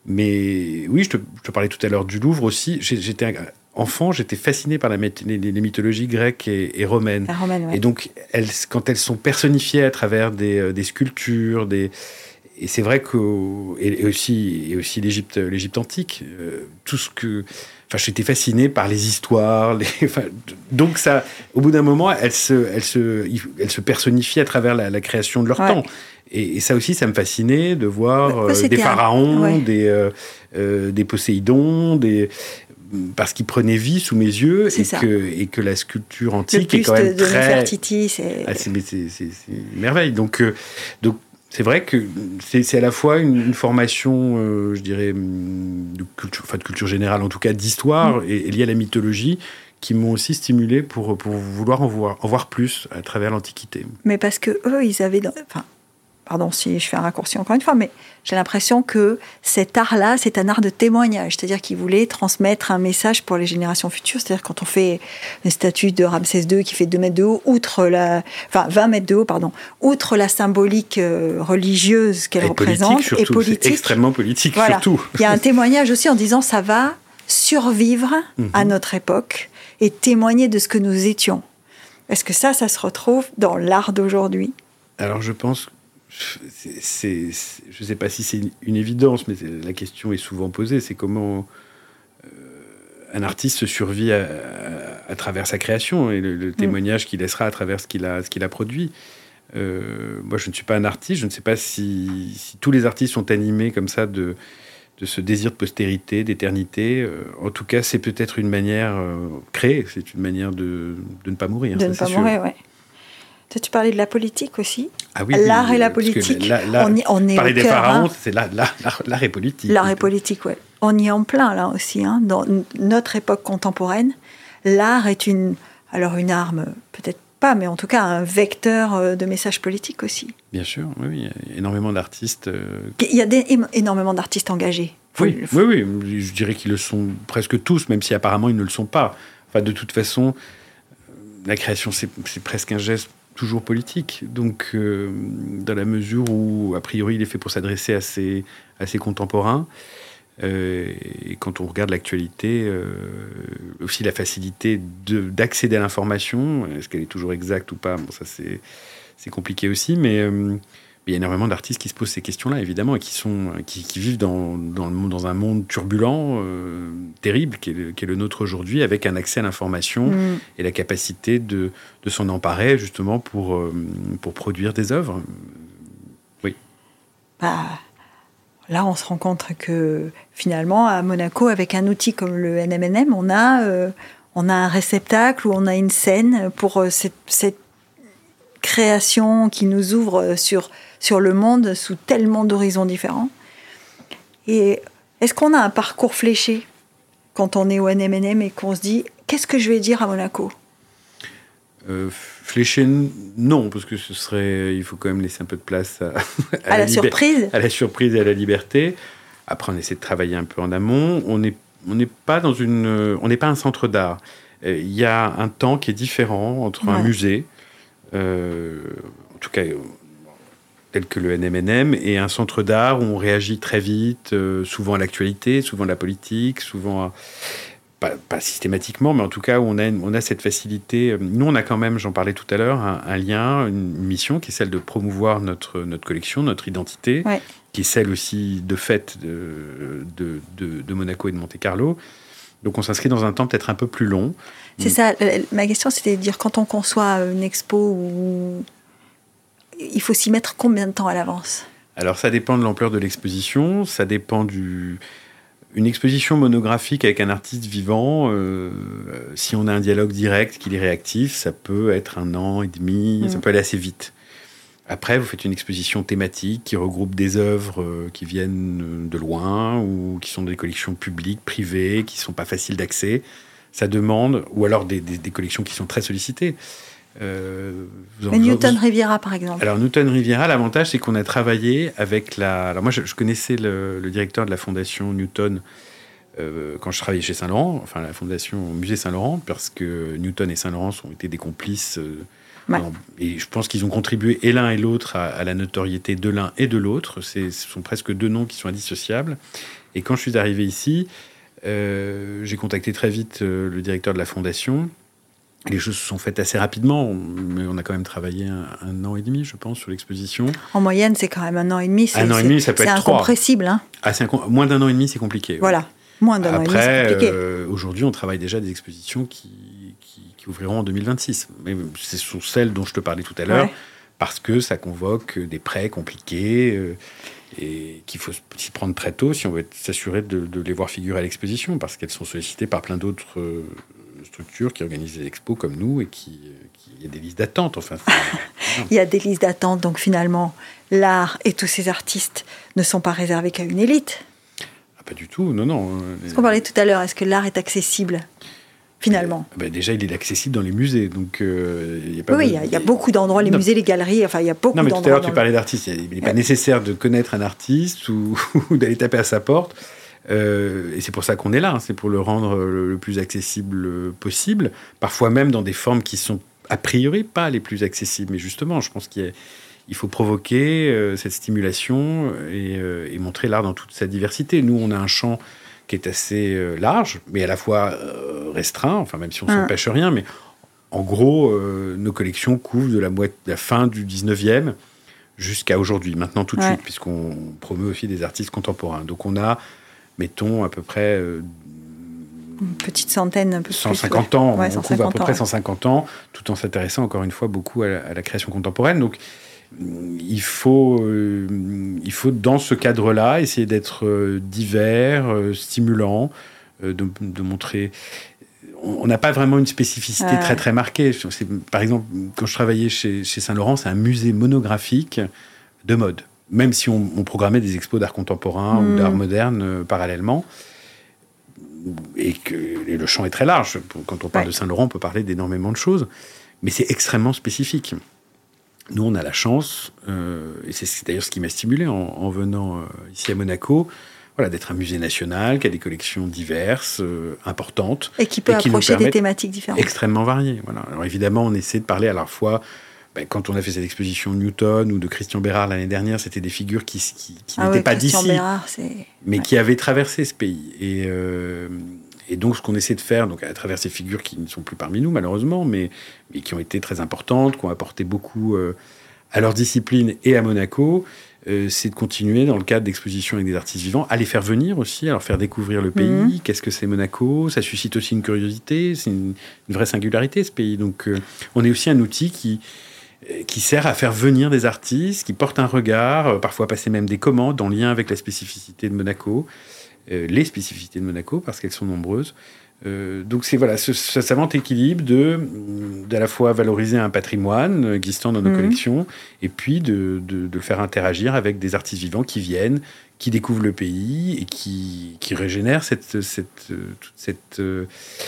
Mais oui, je te, je te parlais tout à l'heure du Louvre aussi. J'ai, j'étais un, enfant, j'étais fasciné par la, les, les mythologies grecques et, et romaines. La romaine, ouais. Et donc, elles, quand elles sont personnifiées à travers des, des sculptures, des... Et c'est vrai que et aussi et aussi l'Égypte l'Égypte antique, euh, tout ce que, enfin, j'étais fasciné par les histoires, les, enfin, donc ça, au bout d'un moment, elle se elle se elle se personnifie à travers la, la création de leur ouais. temps. Et, et ça aussi, ça me fascinait de voir euh, des pharaons, un... ouais. des euh, euh, des Poséidons, des parce qu'ils prenaient vie sous mes yeux et que, et que la sculpture antique est quand même de très. Nefertiti, c'est. Ah, c'est, c'est, c'est, c'est une merveille. Donc euh, donc c'est vrai que c'est, c'est à la fois une, une formation, euh, je dirais, de culture, enfin de culture générale, en tout cas d'histoire, mmh. et, et liée à la mythologie, qui m'ont aussi stimulé pour, pour vouloir en voir, en voir plus à travers l'Antiquité. Mais parce que eux, ils avaient... Dans, enfin, pardon si je fais un raccourci encore une fois, mais j'ai l'impression que cet art-là, c'est un art de témoignage, c'est-à-dire qu'il voulait transmettre un message pour les générations futures, c'est-à-dire quand on fait une statue de Ramsès deux qui fait deux mètres de haut, outre la, enfin vingt mètres de haut, pardon, outre la symbolique euh, religieuse qu'elle et représente, politique, surtout, et politique, c'est extrêmement politique, voilà. surtout. Il y a un témoignage aussi en disant ça va survivre mm-hmm. à notre époque et témoigner de ce que nous étions. Est-ce que ça, ça se retrouve dans l'art d'aujourd'hui ? Alors je pense, c'est, c'est, c'est, je ne sais pas si c'est une évidence, mais la question est souvent posée, c'est comment euh, un artiste survit à, à, à travers sa création et le, le témoignage mmh. qu'il laissera à travers ce qu'il a, ce qu'il a produit. Euh, moi, je ne suis pas un artiste, je ne sais pas si, si tous les artistes sont animés comme ça de, de ce désir de postérité, d'éternité. Euh, en tout cas, c'est peut-être une manière euh, créée, c'est une manière de, de ne pas mourir. De ça, ne c'est pas sûr. mourir, oui. Tu parlais de la politique aussi. Ah oui, l'art oui, et la politique. La, la, on, y, on est parler au des cœur, pharaons, hein. c'est l'art, l'art, l'art et politique. L'art et politique, oui. On y est en plein là aussi. Hein. Dans notre époque contemporaine, l'art est une, alors une arme, peut-être pas, mais en tout cas un vecteur de messages politiques aussi. Bien sûr, oui, oui. Il y a énormément d'artistes. Euh... Il y a des, énormément d'artistes engagés. Faut, oui, faut... oui, oui, je dirais qu'ils le sont presque tous, même si apparemment ils ne le sont pas. Enfin, de toute façon, la création, c'est, c'est presque un geste toujours politique. Donc, euh, dans la mesure où, a priori, il est fait pour s'adresser à ses, à ses contemporains, euh, et quand on regarde l'actualité, euh, aussi la facilité de, d'accéder à l'information, est-ce qu'elle est toujours exacte ou pas ? Bon, ça, c'est, c'est compliqué aussi, mais... Euh, il y a énormément d'artistes qui se posent ces questions-là, évidemment, et qui, sont, qui, qui vivent dans, dans, le, dans un monde turbulent, euh, terrible, qui est, le, qui est le nôtre aujourd'hui, avec un accès à l'information mmh. et la capacité de, de s'en emparer, justement, pour, euh, pour produire des œuvres. Oui. Bah, là, on se rend compte que, finalement, à Monaco, avec un outil comme le N M N M, on a, euh, on a un réceptacle où on a une scène pour euh, cette, cette création qui nous ouvre sur... sur le monde sous tellement d'horizons différents. Et est-ce qu'on a un parcours fléché quand on est au N M N M et qu'on se dit « Qu'est-ce que je vais dire à Monaco ?» euh, Fléché, non, parce que ce serait... Il faut quand même laisser un peu de place à, à, à la, la libé- surprise. À la surprise et à la liberté. Après, on essaie de travailler un peu en amont. On n'est on n'est pas dans une... On n'est pas un centre d'art. Il y a un temps qui est différent entre ouais. un musée, euh, en tout cas... tel que le N M N M, et un centre d'art où on réagit très vite, euh, souvent à l'actualité, souvent à la politique, souvent à, pas, pas systématiquement, mais en tout cas où on a, on a cette facilité. Nous, on a quand même, j'en parlais tout à l'heure, un, un lien, une mission qui est celle de promouvoir notre, notre collection, notre identité, ouais. qui est celle aussi de fait de, de, de, de Monaco et de Monte-Carlo. Donc on s'inscrit dans un temps peut-être un peu plus long. C'est ça, ma question c'était de dire, quand on conçoit une expo ou... il faut s'y mettre combien de temps à l'avance ? Alors, ça dépend de l'ampleur de l'exposition, ça dépend du... Une exposition monographique avec un artiste vivant, euh, si on a un dialogue direct, qu'il est réactif, ça peut être un an et demi, mmh. ça peut aller assez vite. Après, vous faites une exposition thématique qui regroupe des œuvres euh, qui viennent de loin ou qui sont des collections publiques, privées, qui ne sont pas faciles d'accès. Ça demande... Ou alors des, des, des collections qui sont très sollicitées. Euh, Mais Newton Riviera, par exemple. Alors, Newton Riviera, l'avantage, c'est qu'on a travaillé avec la... Alors, moi, je, je connaissais le, le directeur de la fondation Newton euh, quand je travaillais chez Saint-Laurent, enfin, la fondation Musée Saint-Laurent, parce que Newton et Saint-Laurent ont été des complices. Euh, ouais. dans, et je pense qu'ils ont contribué, et l'un et l'autre, à, à la notoriété de l'un et de l'autre. C'est, ce sont presque deux noms qui sont indissociables. Et quand je suis arrivé ici, euh, j'ai contacté très vite euh, le directeur de la fondation. Les choses se sont faites assez rapidement, mais on a quand même travaillé un, un an et demi, je pense, sur l'exposition. En moyenne, c'est quand même un an et demi. C'est, un an et demi, ça peut c'est être trois. C'est incompressible. Hein. Ah, c'est inco- moins d'un an et demi, c'est compliqué. Voilà, oui. moins d'un Après, an et demi, c'est compliqué. Euh, aujourd'hui, on travaille déjà des expositions qui, qui, qui ouvriront en deux mille vingt-six. Mais ce sont celles dont je te parlais tout à l'heure, ouais. parce que ça convoque des prêts compliqués euh, et qu'il faut s'y prendre très tôt si on veut s'assurer de, de les voir figurer à l'exposition, parce qu'elles sont sollicitées par plein d'autres... Euh, structures qui organisent des expos comme nous et qui, qui il y a des listes d'attente. Enfin, il y a des listes d'attente, donc finalement, l'art et tous ces artistes ne sont pas réservés qu'à une élite. Ah, pas du tout, non, non. Ce qu'on parlait tout à l'heure, est-ce que l'art est accessible ? finalement. Et, bah déjà, il est accessible dans les musées. Donc, euh, y a pas oui, il y, y a beaucoup d'endroits, les non. musées, les galeries, enfin, il y a beaucoup d'endroits. Non, mais tout à l'heure, tu parlais d'artistes. Il n'est pas ouais. nécessaire de connaître un artiste ou, ou d'aller taper à sa porte. Euh, et c'est pour ça qu'on est là. Hein, c'est pour le rendre le, le plus accessible possible. Parfois même dans des formes qui sont a priori pas les plus accessibles. Mais justement, je pense qu'il y a, il faut provoquer euh, cette stimulation et, euh, et montrer l'art dans toute sa diversité. Nous, on a un champ qui est assez euh, large, mais à la fois euh, restreint, enfin, même si on ne s'empêche rien, mais en gros, euh, nos collections couvrent de la, moitié, de la fin du dix-neuvième jusqu'à aujourd'hui, maintenant tout de ouais. suite, puisqu'on promeut aussi des artistes contemporains. Donc on a, mettons, à peu près... Euh, une petite centaine, un peu cent cinquante plus, ouais. ans, ouais, on cent cinquante couvre à peu ans, près ouais. cent cinquante ans, tout en s'intéressant encore une fois beaucoup à la, à la création contemporaine. Donc il faut, euh, il faut dans ce cadre-là essayer d'être euh, divers, euh, stimulant, euh, de, de montrer... On n'a pas vraiment une spécificité ouais. très très marquée. C'est, par exemple, quand je travaillais chez, chez Saint-Laurent, c'est un musée monographique de mode. Même si on, on programmait des expos d'art contemporain mmh. ou d'art moderne euh, parallèlement. Et que et le champ est très large. Quand on parle ouais. de Saint-Laurent, on peut parler d'énormément de choses. Mais c'est extrêmement spécifique. Nous, on a la chance, euh, et c'est d'ailleurs ce qui m'a stimulé en, en venant euh, ici à Monaco, voilà, d'être un musée national qui a des collections diverses, euh, importantes. Et qui peut et qui approcher des thématiques différentes. Extrêmement variées. Voilà. Alors évidemment, on essaie de parler à la fois... Ben, quand on a fait cette exposition Newton ou de Christian Bérard l'année dernière, c'était des figures qui, qui, qui ah n'étaient ouais, pas Christian d'ici, Bérard, c'est... mais ouais. qui avaient traversé ce pays. Et, euh, et donc, ce qu'on essaie de faire, donc, à travers ces figures qui ne sont plus parmi nous, malheureusement, mais, mais qui ont été très importantes, qui ont apporté beaucoup euh, à leur discipline et à Monaco, euh, c'est de continuer, dans le cadre d'expositions avec des artistes vivants, à les faire venir aussi, à leur faire découvrir le pays. Mmh. Qu'est-ce que c'est Monaco ? Ça suscite aussi une curiosité, c'est une, une vraie singularité, ce pays. Donc, euh, on est aussi un outil qui... qui sert à faire venir des artistes, qui portent un regard, euh, parfois passer même des commandes en lien avec la spécificité de Monaco, euh, les spécificités de Monaco, parce qu'elles sont nombreuses. Euh, donc c'est voilà, ce, ce savant équilibre de, d'à la fois valoriser un patrimoine existant dans nos mmh. collections, et puis de, de, de le faire interagir avec des artistes vivants qui viennent, qui découvrent le pays, et qui, qui régénèrent cette... cette, toute cette euh,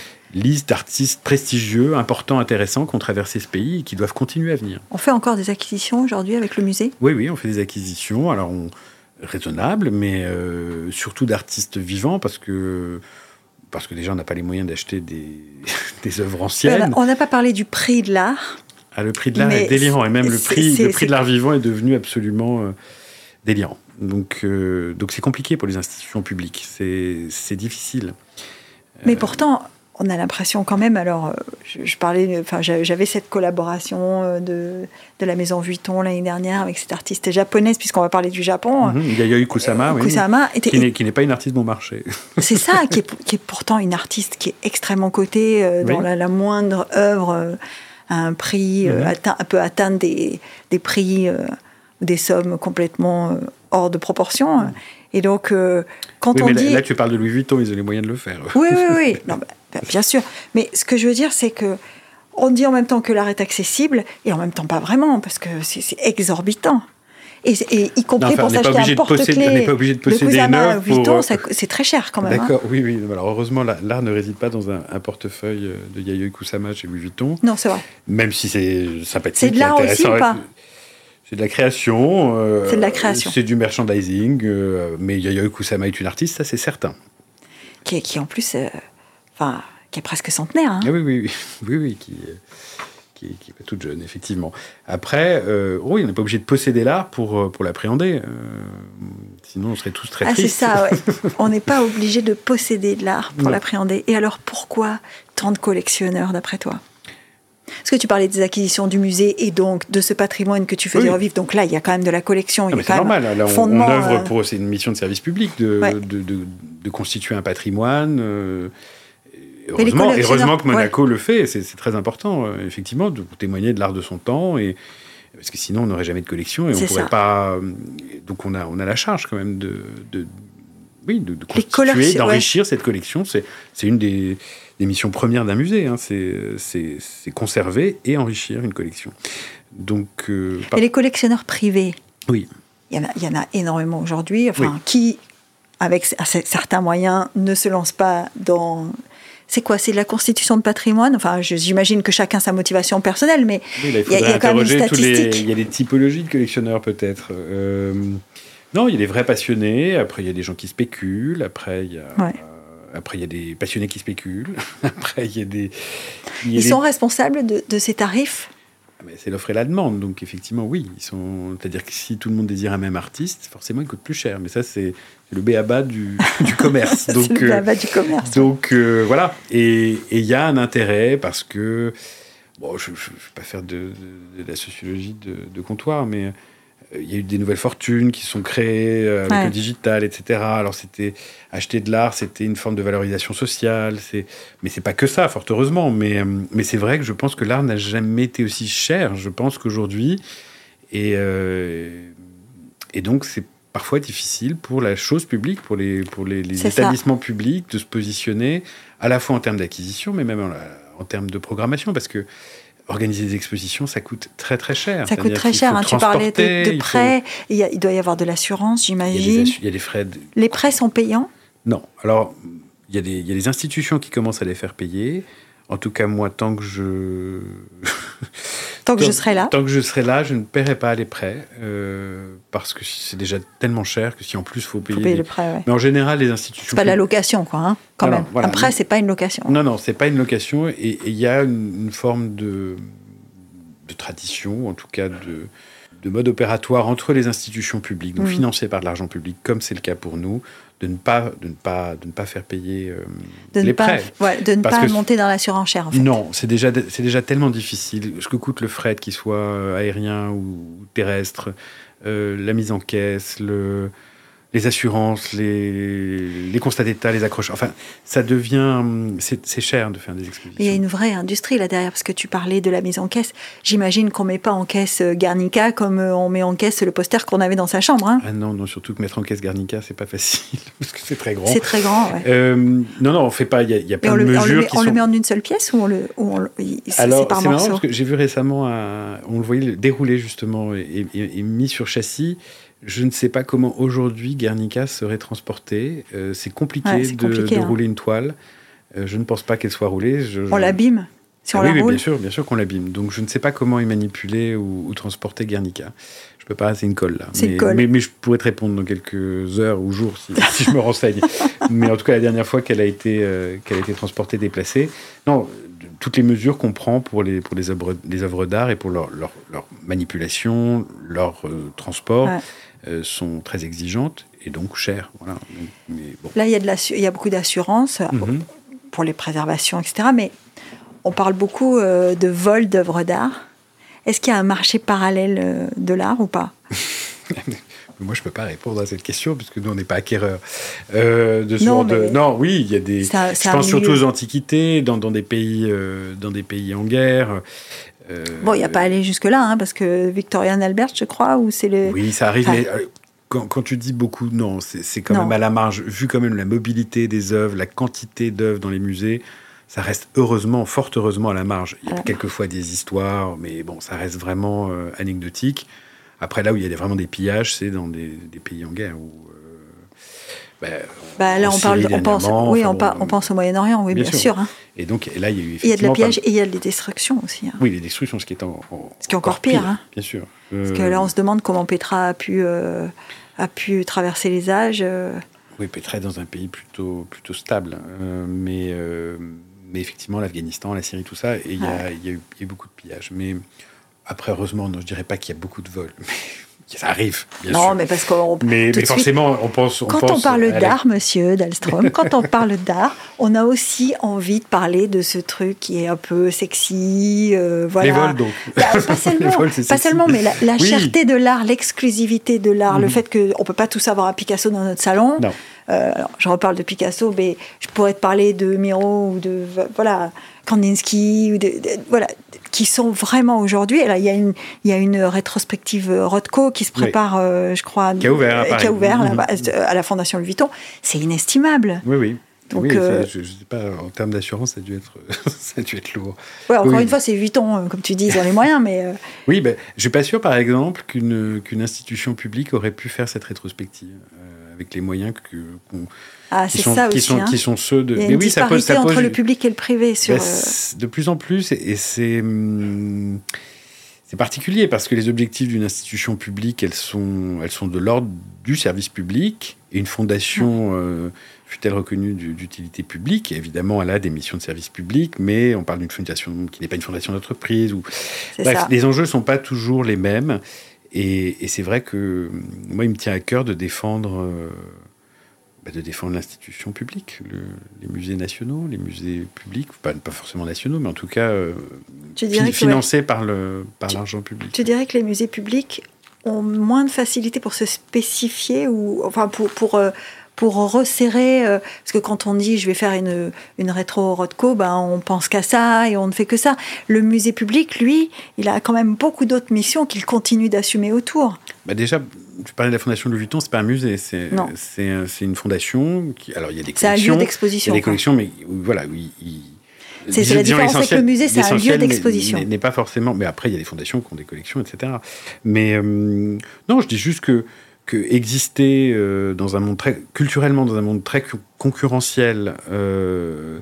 liste d'artistes prestigieux, importants, intéressants qui ont traversé ce pays et qui doivent continuer à venir. On fait encore des acquisitions aujourd'hui avec le musée ? Oui, oui, on fait des acquisitions, alors on, raisonnables, mais euh, surtout d'artistes vivants, parce que, parce que déjà on n'a pas les moyens d'acheter des, des œuvres anciennes. Voilà, on n'a pas parlé du prix de l'art. Ah, le prix de l'art est délirant, et même le prix, le prix de l'art vivant est devenu absolument euh, délirant. Donc, euh, donc c'est compliqué pour les institutions publiques, c'est, c'est difficile. Mais euh, pourtant... On a l'impression quand même, alors je, je parlais, enfin j'avais cette collaboration de, de la Maison Vuitton l'année dernière avec cette artiste japonaise, puisqu'on va parler du Japon. Mm-hmm. Yayoi Kusama, euh, oui, Kusama était, qui, n'est, qui n'est pas une artiste bon marché. C'est ça, qui est, qui est pourtant une artiste qui est extrêmement cotée, euh, dans oui. la, la moindre œuvre, euh, à un prix, mm-hmm. euh, atteint, peut atteindre des, des prix, euh, des sommes complètement euh, hors de proportion. Mm. Et donc, euh, quand oui, on mais dit... Là, là, tu parles de Louis Vuitton, ils ont les moyens de le faire. Oui, oui, oui. Non, bah, bah, bien sûr. Mais ce que je veux dire, c'est que on dit en même temps que l'art est accessible, et en même temps pas vraiment, parce que c'est, c'est exorbitant. Et, et y compris non, enfin, pour s'acheter un porte-clés on n'est pas obligé de posséder une œuvre Vuitton, pour... ça, c'est très cher quand même. D'accord, hein. oui, oui. Alors, heureusement, l'art ne réside pas dans un, un portefeuille de Yayoi Kusama chez Louis Vuitton. Non, c'est vrai. Même si c'est sympathique. C'est de l'art aussi ou pas ? C'est de la création. Euh, c'est de la création. C'est du merchandising. Euh, mais Yayoi Kusama est une artiste, ça c'est certain. Qui, qui en plus, euh, enfin, qui est presque centenaire. Hein. Ah oui, oui, oui, oui, oui qui, qui, qui est pas toute jeune, effectivement. Après, euh, oui, on n'est pas obligé de posséder l'art pour, pour l'appréhender. Euh, sinon, on serait tous très ah, tristes. Ah, c'est ça, ouais. On n'est pas obligé de posséder de l'art pour non. l'appréhender. Et alors, pourquoi tant de collectionneurs, d'après toi ? Parce que tu parlais des acquisitions du musée et donc de ce patrimoine que tu faisais oui. revivre. Donc là, il y a quand même de la collection. Non, il y a mais quand c'est normal. Même là, on, fondement, on œuvre euh... pour... C'est une mission de service public de, ouais. de, de, de, de constituer un patrimoine. Euh, heureusement, heureusement que Monaco ouais. le fait. C'est, c'est très important, euh, effectivement, de témoigner de l'art de son temps. Et, parce que sinon, on n'aurait jamais de collection et c'est on pourrait ça. pas... Donc on a, on a la charge quand même de... de oui, de, de constituer, d'enrichir ouais. cette collection. C'est, c'est une des... des missions premières d'un musée, hein, c'est, c'est, c'est conserver et enrichir une collection. Donc, euh, par... Et les collectionneurs privés, oui. il y en a, il y en a énormément aujourd'hui, enfin, oui. qui, avec certains moyens, ne se lancent pas dans C'est quoi? C'est de la constitution de patrimoine? Enfin, je, j'imagine que chacun sa motivation personnelle, mais oui, là, il y a, y a quand même une statistique. Les, il y a des typologies de collectionneurs, peut-être. Euh, non, il y a des vrais passionnés. Après, il y a des gens qui spéculent. Après, il y a... Ouais. Après, il y a des passionnés qui spéculent. Après, il y a des... Il y a ils des... sont responsables de, de ces tarifs? Mais c'est l'offre et la demande. Donc, effectivement, oui. Ils sont... C'est-à-dire que si tout le monde désire un même artiste, forcément, il coûte plus cher. Mais ça, c'est, c'est le b a-ba du, du commerce. Donc, c'est le b a-ba euh... du commerce. Donc, euh, voilà. Et il y a un intérêt parce que... Bon, je ne vais pas faire de, de, de la sociologie de, de comptoir, mais... Il y a eu des nouvelles fortunes qui sont créées avec ouais. le digital, et cetera. Alors, c'était acheter de l'art, c'était une forme de valorisation sociale. C'est... Mais c'est pas que ça, fort heureusement. Mais, mais c'est vrai que je pense que l'art n'a jamais été aussi cher, je pense, qu'aujourd'hui. Et, euh, et donc, c'est parfois difficile pour la chose publique, pour les, pour les, les établissements ça. publics, de se positionner, à la fois en termes d'acquisition, mais même en, en termes de programmation, parce que organiser des expositions, ça coûte très très cher. Ça coûte très cher. Hein, tu parlais de, de prêts. Faut... Il, y a, il doit y avoir de l'assurance, j'imagine. Il y a des, il y a des frais. De... Les prêts sont payants? Non. Alors, il y, a des, il y a des institutions qui commencent à les faire payer. En tout cas, moi, tant que je... tant que tant, je serai là Tant que je serai là, je ne paierai pas les prêts. Euh, parce que c'est déjà tellement cher que si en plus il faut payer... faut payer les... les prêts, ouais. Mais en général, les institutions... C'est pas de la location, quoi, hein, quand alors, même. Voilà, un prêt, mais... c'est pas une location. Non, non, c'est pas une location. Et il y a une, une forme de... de tradition, en tout cas de, de mode opératoire entre les institutions publiques, donc mmh. financées par de l'argent public, comme c'est le cas pour nous, de ne pas, de ne pas, de ne pas faire payer euh, de les pas, prêts. Ouais, de ne Parce pas que, monter dans la surenchère, en fait. Non, c'est déjà, c'est déjà tellement difficile. Ce que coûte le fret, qu'il soit aérien ou terrestre, euh, la mise en caisse, le... les assurances, les, les constats d'état, les accroches. Enfin, ça devient... C'est, c'est cher de faire des expositions. Il y a une vraie industrie là derrière, parce que tu parlais de la mise en caisse. J'imagine qu'on ne met pas en caisse Guernica comme on met en caisse le poster qu'on avait dans sa chambre. Hein. Ah non, non, surtout que mettre en caisse Guernica, c'est pas facile, parce que c'est très grand. C'est très grand, ouais. Euh, non, non, on ne fait pas... Il y a, il y a plein de le, mesures on le met, qui on sont... le met en une seule pièce ou on le... Ou on le c'est, Alors, c'est par c'est morceaux. marrant, parce que j'ai vu récemment, un, on le voyait dérouler justement, et, et, et mis sur châssis. Je ne sais pas comment aujourd'hui Guernica serait transporté. Euh, c'est compliqué, ouais, c'est de, compliqué de hein. rouler une toile. Euh, je ne pense pas qu'elle soit roulée. Je, on je... l'abîme si on ah, la oui, roule. Oui, bien sûr, bien sûr qu'on l'abîme. Donc je ne sais pas comment y manipuler ou, ou transporter Guernica. Je ne peux pas, c'est une colle là. C'est mais, une colle. Mais, mais je pourrais te répondre dans quelques heures ou jours si, si je me renseigne. Mais en tout cas, la dernière fois qu'elle a été, euh, qu'elle a été transportée, déplacée. Non, toutes les mesures qu'on prend pour les, pour les, œuvres, les œuvres d'art et pour leur, leur, leur manipulation, leur euh, transport. Ouais. Euh, sont très exigeantes et donc chères. Voilà. Mais bon. Là, il y, a de il y a beaucoup d'assurance mm-hmm. pour les préservations, et cetera. Mais on parle beaucoup euh, de vol d'œuvres d'art. Est-ce qu'il y a un marché parallèle euh, de l'art ou pas? Moi, je ne peux pas répondre à cette question puisque nous, on n'est pas acquéreurs euh, de ce non, genre de... Non, oui, il y a des... Ça, je pense surtout aux antiquités, dans, dans, des pays, euh, dans des pays en guerre. Euh, bon, il n'y a pas à aller jusque-là, hein, parce que Victoria and Albert, je crois, ou c'est le... Oui, ça arrive, enfin... mais euh, quand, quand tu dis beaucoup, non, c'est, c'est quand non. même à la marge. Vu quand même la mobilité des œuvres, la quantité d'œuvres dans les musées, ça reste heureusement, fort heureusement à la marge. Il y a voilà. quelquefois des histoires, mais bon, ça reste vraiment euh, anecdotique. Après, là où il y a vraiment des pillages, c'est dans des, des pays en guerre, où... Bah, bah, là, on parle, on pense, oui, on, bon, pa- on pense au Moyen-Orient, oui, bien, bien sûr. sûr hein. Et donc là, il y a eu effectivement. Il y a de la pillage pas... et il y a des destructions aussi. Hein. Oui, les destructions, ce qui est en, en, ce qui est encore, encore pire, pire hein. Bien sûr. Euh... Parce que là, on se demande comment Petra a pu, euh, a pu traverser les âges. Euh... Oui, Petra est dans un pays plutôt, plutôt stable, euh, mais, euh, mais effectivement, l'Afghanistan, la Syrie, tout ça, et il y, ouais. y, y a eu beaucoup de pillages. Mais après, heureusement, non, je dirais pas qu'il y a beaucoup de vols. Mais... Ça arrive, bien non, sûr. mais parce qu'on. Mais, mais forcément, suite, on pense. On quand pense on parle la... d'art, monsieur Dahlström, quand on parle d'art, on a aussi envie de parler de ce truc qui est un peu sexy. Euh, voilà. Les vols, donc. Bah, pas seulement, vols, pas seulement mais la, la oui. cherté de l'art, l'exclusivité de l'art, mmh. le fait qu'on ne peut pas tous avoir un Picasso dans notre salon. Non. Euh, alors, je reparle de Picasso, mais je pourrais te parler de Miro ou de. Voilà. Kandinsky, ou de, de, voilà, qui sont vraiment aujourd'hui. Alors, il y a une, il y a une rétrospective Rothko qui se prépare, oui. euh, je crois, qui a ouvert, euh, qui a ouvert mmh. là, à la Fondation Louis Vuitton. C'est inestimable. Oui, oui. Donc, oui, euh, je ne sais pas, en termes d'assurance, ça a dû être, ça a dû être lourd. Ouais, encore oui. une fois, c'est Vuitton, comme tu dis, ils ont les moyens, mais... Euh... Oui, ben, je ne suis pas sûr, par exemple, qu'une, qu'une institution publique aurait pu faire cette rétrospective. Euh, avec les moyens que, qu'on, ah, qui, c'est sont, ça qui, aussi, sont, hein. qui sont ceux de... Il y a mais une oui, disparité ça pose, ça entre pose, le public et le privé. Sur, ben, de plus en plus, et c'est, c'est particulier parce que les objectifs d'une institution publique, elles sont, elles sont de l'ordre du service public, et une fondation... Euh, fut-elle reconnue d'utilité publique. Et évidemment, elle a des missions de service public, mais on parle d'une fondation qui n'est pas une fondation d'entreprise. Ou... Bref, ça. Les enjeux ne sont pas toujours les mêmes. Et, et c'est vrai que moi, il me tient à cœur de défendre, euh, bah, de défendre l'institution publique, le, les musées nationaux, les musées publics, pas, pas forcément nationaux, mais en tout cas euh, fi- financés ouais. par, le, par tu, l'argent public. Tu dirais que les musées publics ont moins de facilité pour se spécifier, ou enfin pour... pour euh, pour resserrer, euh, parce que quand on dit je vais faire une, une rétro Rothko, ben on pense qu'à ça et on ne fait que ça. Le musée public, lui, il a quand même beaucoup d'autres missions qu'il continue d'assumer autour. Bah déjà, tu parlais de la Fondation Louis Vuitton, c'est pas un musée, c'est, c'est, c'est une fondation. Qui, alors il y a des collections. C'est un lieu d'exposition. Il y a des collections, mais voilà, oui. Il, c'est, c'est la différence avec le musée, c'est un lieu d'exposition. N'est, n'est pas forcément. Mais après, il y a des fondations qui ont des collections, et cetera. Mais euh, non, je dis juste que. que exister euh, dans un monde très culturellement dans un monde très concurrentiel euh,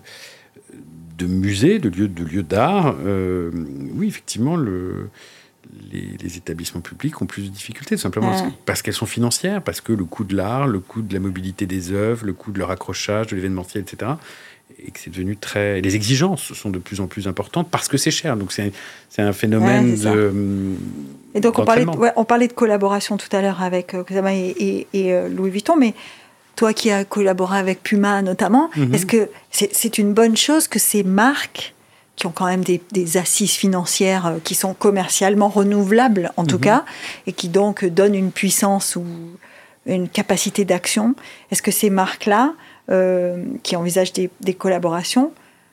de musées, de lieux de lieux d'art, euh, oui effectivement le, les, les établissements publics ont plus de difficultés tout simplement ouais. parce, que, parce qu'elles sont financières, parce que le coût de l'art, le coût de la mobilité des œuvres, le coût de leur accrochage, de l'événementiel, et cetera. Et que c'est devenu très... Les exigences sont de plus en plus importantes parce que c'est cher. Donc, c'est, c'est un phénomène ouais, c'est de... Et donc, on parlait, de, ouais, on parlait de collaboration tout à l'heure avec euh, Kusama et, et, et euh, Louis Vuitton, mais toi qui as collaboré avec Puma notamment, mm-hmm. est-ce que c'est, c'est une bonne chose que ces marques, qui ont quand même des, des assises financières euh, qui sont commercialement renouvelables, en mm-hmm. tout cas, et qui donc donnent une puissance ou une capacité d'action, est-ce que ces marques-là, Euh, qui envisagent des, des collaborations,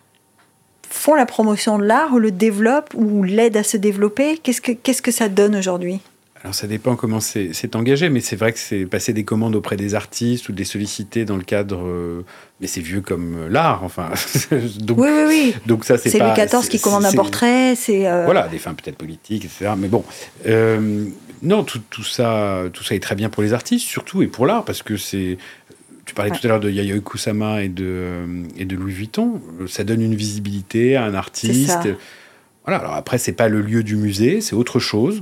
font la promotion de l'art ou le développent ou l'aident à se développer? Qu'est-ce que, qu'est-ce que ça donne aujourd'hui? Alors ça dépend comment c'est, c'est engagé, mais c'est vrai que c'est passer des commandes auprès des artistes ou de les solliciter dans le cadre... Euh, mais c'est vieux comme l'art, enfin... donc, oui, oui, oui. Donc ça, c'est, c'est pas... Louis quatorze qui commande un portrait, c'est... Euh... Voilà, des fins peut-être politiques, et cetera. Mais bon... Euh, non, tout, tout, ça, tout ça est très bien pour les artistes, surtout, et pour l'art, parce que c'est... Tu parlais ouais. tout à l'heure de Yayoi Kusama et de, euh, et de Louis Vuitton. Ça donne une visibilité à un artiste. Voilà. Alors après, c'est pas le lieu du musée, c'est autre chose.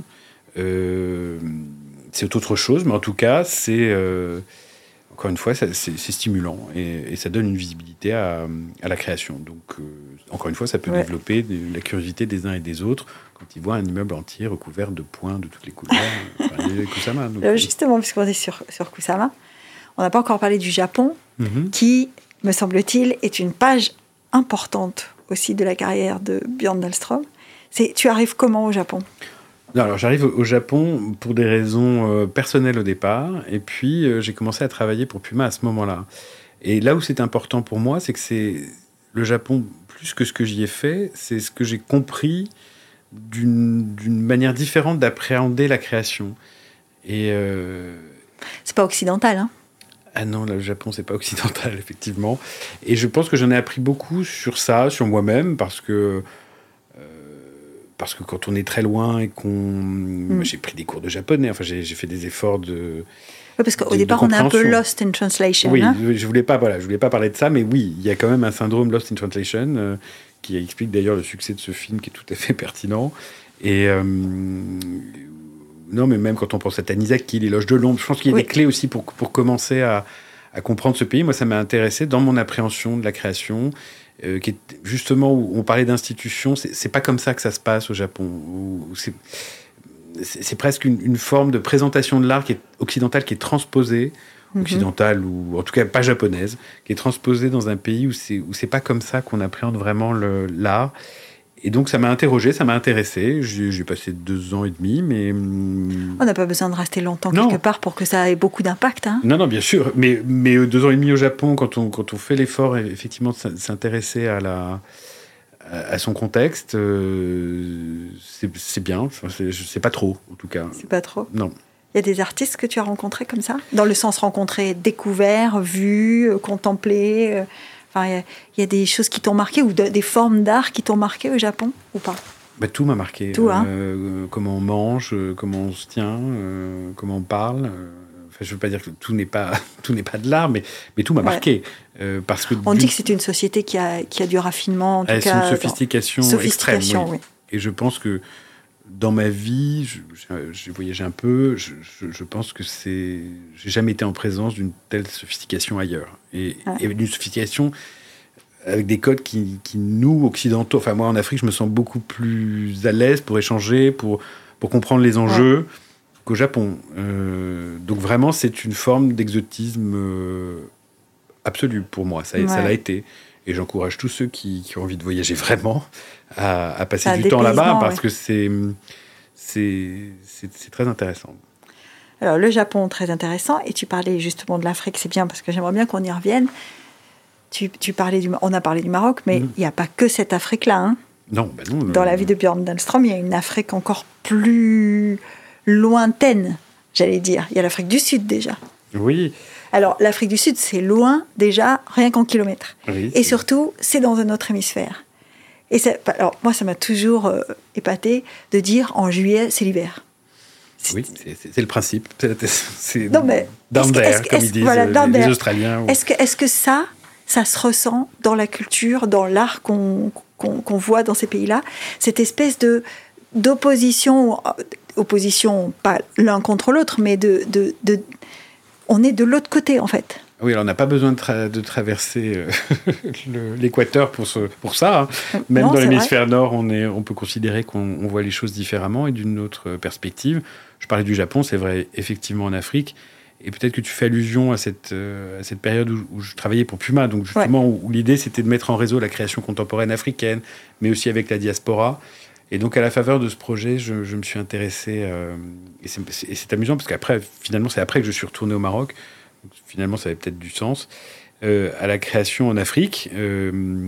Euh, c'est autre chose, mais en tout cas, c'est euh, encore une fois, ça, c'est, c'est stimulant et, et ça donne une visibilité à, à la création. Donc, euh, encore une fois, ça peut ouais. développer de, la curiosité des uns et des autres quand ils voient un immeuble entier recouvert de points de toutes les couleurs. Enfin, Kusama. Donc, euh, justement, puisqu'on est sur, sur Kusama. On n'a pas encore parlé du Japon, mm-hmm. qui, me semble-t-il, est une page importante aussi de la carrière de Björn Dahlström. C'est, tu arrives comment au Japon ? Non, alors j'arrive au Japon pour des raisons euh, personnelles au départ, et puis euh, j'ai commencé à travailler pour Puma à ce moment-là. Et là où c'est important pour moi, c'est que c'est le Japon, plus que ce que j'y ai fait, c'est ce que j'ai compris d'une, d'une manière différente d'appréhender la création. Et euh... c'est pas occidental, hein ? Ah non, là, le Japon, c'est pas occidental, effectivement. Et je pense que j'en ai appris beaucoup sur ça, sur moi-même, parce que, euh, parce que quand on est très loin et qu'on... Mm. J'ai pris des cours de japonais, enfin, j'ai, j'ai fait des efforts de... Oui, parce qu'au de, départ, de on est un peu lost in translation. Oui, hein je voulais pas, voilà, je voulais pas parler de ça, mais oui, il y a quand même un syndrome lost in translation, euh, qui explique d'ailleurs le succès de ce film, qui est tout à fait pertinent. Et... Euh, Non, mais même quand on pense à Tanizaki, l'éloge de l'ombre, je pense qu'il y a oui. des clés aussi pour, pour commencer à, à comprendre ce pays. Moi, ça m'a intéressé dans mon appréhension de la création, euh, qui est justement où on parlait d'institutions. C'est, c'est pas comme ça que ça se passe au Japon. Où, où c'est, c'est, c'est presque une, une forme de présentation de l'art qui est occidentale, qui est transposée, mm-hmm. occidentale ou en tout cas pas japonaise, qui est transposée dans un pays où c'est, où c'est pas comme ça qu'on appréhende vraiment le, l'art. Et donc, ça m'a interrogé, ça m'a intéressé. J'ai, j'ai passé deux ans et demi, mais... On n'a pas besoin de rester longtemps non. quelque part pour que ça ait beaucoup d'impact. Hein. Non, non, bien sûr. Mais, mais deux ans et demi au Japon, quand on, quand on fait l'effort, effectivement, de s'intéresser à, la, à son contexte, euh, c'est, c'est bien. Enfin, c'est, c'est pas trop, en tout cas. C'est pas trop ? Non. Il y a des artistes que tu as rencontrés comme ça ? Dans le sens rencontré, découvert, vu, contemplé euh... Enfin, il y, y a des choses qui t'ont marqué ou de, des formes d'art qui t'ont marqué au Japon ou pas ? Bah, tout m'a marqué. Tout, hein. euh, comment on mange, comment on se tient, euh, comment on parle. Enfin, je veux pas dire que tout n'est pas tout n'est pas de l'art, mais, mais tout m'a ouais. marqué. Euh, parce que On du... dit que c'est une société qui a, qui a du raffinement, en tout c'est cas. Une sophistication, sophistication extrême, oui. oui. Et je pense que dans ma vie, j'ai voyagé un peu, je, je, je pense que c'est... J'ai jamais été en présence d'une telle sophistication ailleurs. Et, ouais. et d'une sophistication avec des codes qui, qui, nous, occidentaux... Enfin, moi, en Afrique, je me sens beaucoup plus à l'aise pour échanger, pour, pour comprendre les enjeux ouais. qu'au Japon. Euh, donc, vraiment, c'est une forme d'exotisme euh, absolu pour moi. Ça, ouais. ça l'a été. Et j'encourage tous ceux qui, qui ont envie de voyager vraiment à, à passer à du temps là-bas parce ouais. que c'est, c'est, c'est, c'est très intéressant. Alors, le Japon, très intéressant. Et tu parlais justement de l'Afrique, c'est bien parce que j'aimerais bien qu'on y revienne. Tu, tu parlais du, on a parlé du Maroc, mais il mmh. n'y a pas que cette Afrique-là. Hein. Non, ben non. Dans euh... la vie de Björn Dahlström, il y a une Afrique encore plus lointaine, j'allais dire. Il y a l'Afrique du Sud déjà. Oui. Alors, l'Afrique du Sud, c'est loin, déjà, rien qu'en kilomètres. Oui, et surtout, c'est dans un autre hémisphère. Et ça, alors, moi, ça m'a toujours euh, épaté de dire, en juillet, c'est l'hiver. C'est... Oui, c'est, c'est, c'est le principe. C'est, c'est non, mais down que, there, comme ils disent voilà, les, les Australiens. Ou... Est-ce que, est-ce que ça, ça se ressent dans la culture, dans l'art qu'on, qu'on, qu'on voit dans ces pays-là? Cette espèce de, d'opposition, opposition, pas l'un contre l'autre, mais de... de, de on est de l'autre côté, en fait. Oui, alors on n'a pas besoin de, tra- de traverser euh, le, l'équateur pour, ce, pour ça. Hein. Même non, dans l'hémisphère nord, on, est, on peut considérer qu'on on voit les choses différemment et d'une autre perspective. Je parlais du Japon, c'est vrai, effectivement, en Afrique. Et peut-être que tu fais allusion à cette, euh, à cette période où, où je travaillais pour Puma, donc justement, ouais. où, où l'idée, c'était de mettre en réseau la création contemporaine africaine, mais aussi avec la diaspora. Et donc, à la faveur de ce projet, je, je me suis intéressé... Euh, et, c'est, c'est, et c'est amusant, parce qu'après, finalement, c'est après que je suis retourné au Maroc. Donc, finalement, ça avait peut-être du sens. Euh, à la création en Afrique. Euh,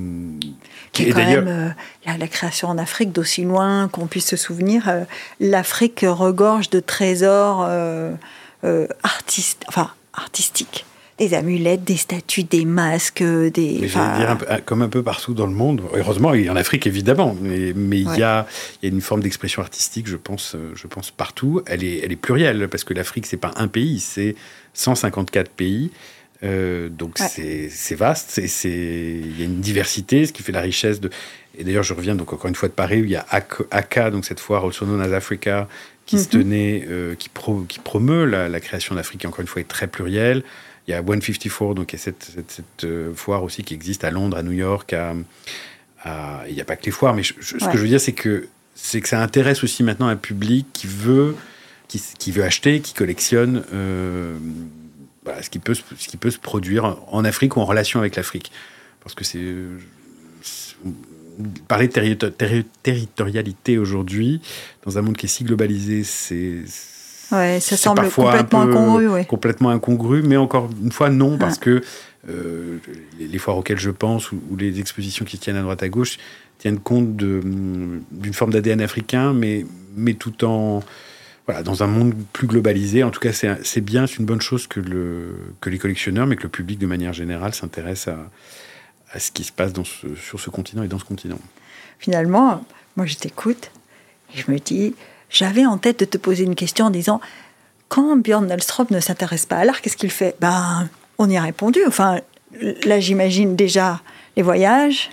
qui est et quand d'ailleurs, même euh, la, la création en Afrique, d'aussi loin qu'on puisse se souvenir, euh, l'Afrique regorge de trésors euh, euh, artistes, enfin, artistiques. Des amulettes, des statues, des masques, des... Mais j'allais dire un peu, comme un peu partout dans le monde. Heureusement, et en Afrique, évidemment. Mais, mais il ouais. y, a, y a une forme d'expression artistique, je pense, je pense partout. Elle est, elle est plurielle, parce que l'Afrique, c'est pas un pays, c'est cent cinquante-quatre pays. Euh, donc, ouais. c'est, c'est vaste. C'est, c'est, il y a une diversité, ce qui fait la richesse de... Et d'ailleurs, je reviens donc encore une fois de Paris, où il y a A C A, donc cette foire Also Known as Africa, qui mm-hmm. se tenait, euh, qui, pro, qui promeut la, la création d'Afrique, qui encore une fois est très plurielle. Il y a cent cinquante-quatre, donc il y a cette, cette, cette euh, foire aussi qui existe à Londres, à New York. À, à... Il n'y a pas que les foires, mais je, je, ce ouais. que je veux dire, c'est que, c'est que ça intéresse aussi maintenant un public qui veut, qui, qui veut acheter, qui collectionne euh, voilà, ce, qui peut, ce qui peut se produire en Afrique ou en relation avec l'Afrique. Parce que c'est... c'est parler de terri- terri- territorialité aujourd'hui, dans un monde qui est si globalisé, c'est... Ouais, ça c'est semble complètement incongru. Ouais. Complètement incongru, mais encore une fois, non, parce ouais. que euh, les, les foires auxquelles je pense, ou, ou les expositions qui tiennent à droite à gauche, tiennent compte de, d'une forme d'A D N africain, mais, mais tout en... Voilà, dans un monde plus globalisé. En tout cas, c'est, c'est bien, c'est une bonne chose que, le, que les collectionneurs, mais que le public, de manière générale, s'intéresse à, à ce qui se passe dans ce, sur ce continent et dans ce continent. Finalement, moi, je t'écoute, et je me dis... J'avais en tête de te poser une question en disant quand Björn Dahlström ne s'intéresse pas à l'art, qu'est-ce qu'il fait? Ben, on y a répondu. Enfin, là, j'imagine déjà les voyages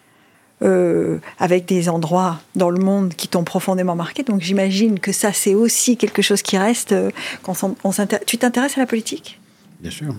euh, avec des endroits dans le monde qui t'ont profondément marqué. Donc, j'imagine que ça, c'est aussi quelque chose qui reste. Euh, quand on s'intér... Tu t'intéresses à la politique? Bien sûr.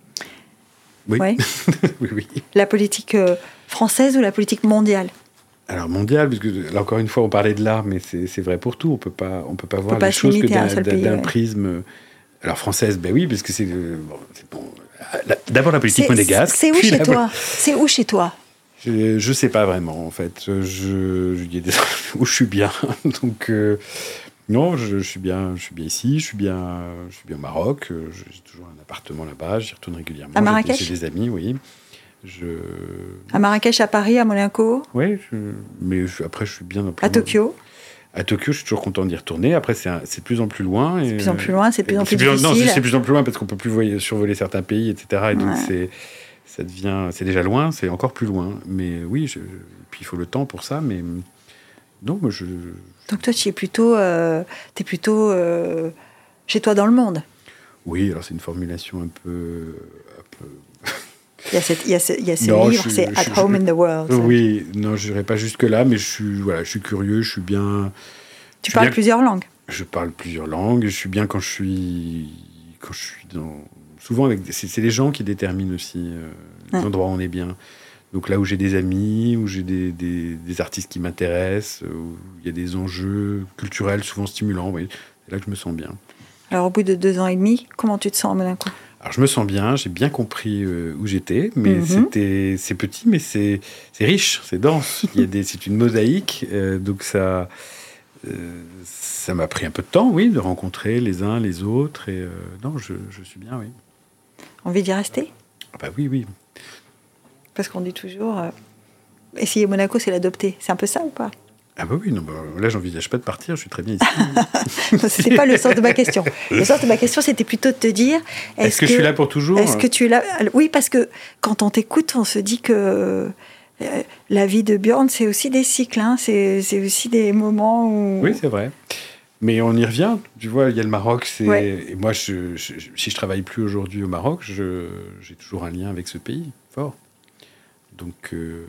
Oui. Ouais. oui, oui. La politique euh, française ou la politique mondiale? Alors mondial, parce que là encore une fois on parlait de l'art, mais c'est, c'est vrai pour tout. On peut pas, on peut pas on voir peut les pas choses que d'un, d'un, pays, d'un ouais. prisme. Alors française, ben oui, parce que c'est, bon, c'est bon. La, d'abord la politique c'est, monégasque. C'est où chez la... toi C'est où chez toi je, je sais pas vraiment en fait. Je, je il y a des où je suis bien. Donc euh, non, je, je suis bien, je suis bien ici. Je suis bien, je suis bien au Maroc. J'ai toujours un appartement là-bas. J'y retourne régulièrement. À Marrakech. J'ai des amis, oui. Je... À Marrakech, à Paris, à Monaco. Oui, je... mais je... après, je suis bien... Dans à Tokyo. À Tokyo, je suis toujours content d'y retourner. Après, c'est, un... c'est de plus en plus loin. Et... C'est de plus en plus loin, c'est de plus en plus c'est difficile. Non, c'est, c'est de plus en plus loin parce qu'on ne peut plus voyer... survoler certains pays, et cetera. Et donc, ouais. c'est... ça devient... C'est déjà loin, c'est encore plus loin. Mais oui, je... puis il faut le temps pour ça. Mais non, moi, je... Donc toi, tu es plutôt, euh... t'es plutôt euh... chez toi dans le monde. Oui, alors c'est une formulation un peu... Un peu... Il y a, cette, il y a ce, il y a ce non, livre, je, c'est je, At je, Home je, in the World. Oui, non, je n'irai pas jusque-là, mais je suis, voilà, je suis curieux, je suis bien... Tu parles bien, plusieurs langues? Je parle plusieurs langues, je suis bien quand je suis, quand je suis dans... Souvent, avec, c'est, c'est les gens qui déterminent aussi euh, ouais. l'endroit où on est bien. Donc là où j'ai des amis, où j'ai des, des, des artistes qui m'intéressent, où il y a des enjeux culturels souvent stimulants, oui, c'est là que je me sens bien. Alors au bout de deux ans et demi, comment tu te sens à Monaco? Alors je me sens bien, j'ai bien compris euh, où j'étais, mais mm-hmm. c'était, c'est petit, mais c'est, c'est riche, c'est dense. Il y a des, c'est une mosaïque, euh, donc ça, euh, ça m'a pris un peu de temps, oui, de rencontrer les uns, les autres, et euh, non, je, je suis bien, oui. Envie d'y rester? Ah bah oui, oui. Parce qu'on dit toujours, euh, essayer Monaco, c'est l'adopter. C'est un peu ça ou pas? Ah bah oui, non, bah, là, j'envisage pas de partir, je suis très bien ici. C'était pas le sens de ma question. Le sens de ma question, c'était plutôt de te dire... Est-ce, est-ce que, que je suis là pour toujours? Est-ce que tu es là... Oui, parce que quand on t'écoute, on se dit que euh, la vie de Björn, c'est aussi des cycles, hein, c'est, c'est aussi des moments où... Oui, c'est vrai. Mais on y revient, tu vois, il y a le Maroc, c'est... Ouais. Et moi, je, je, si je travaille plus aujourd'hui au Maroc, je, j'ai toujours un lien avec ce pays, fort. Donc... Euh...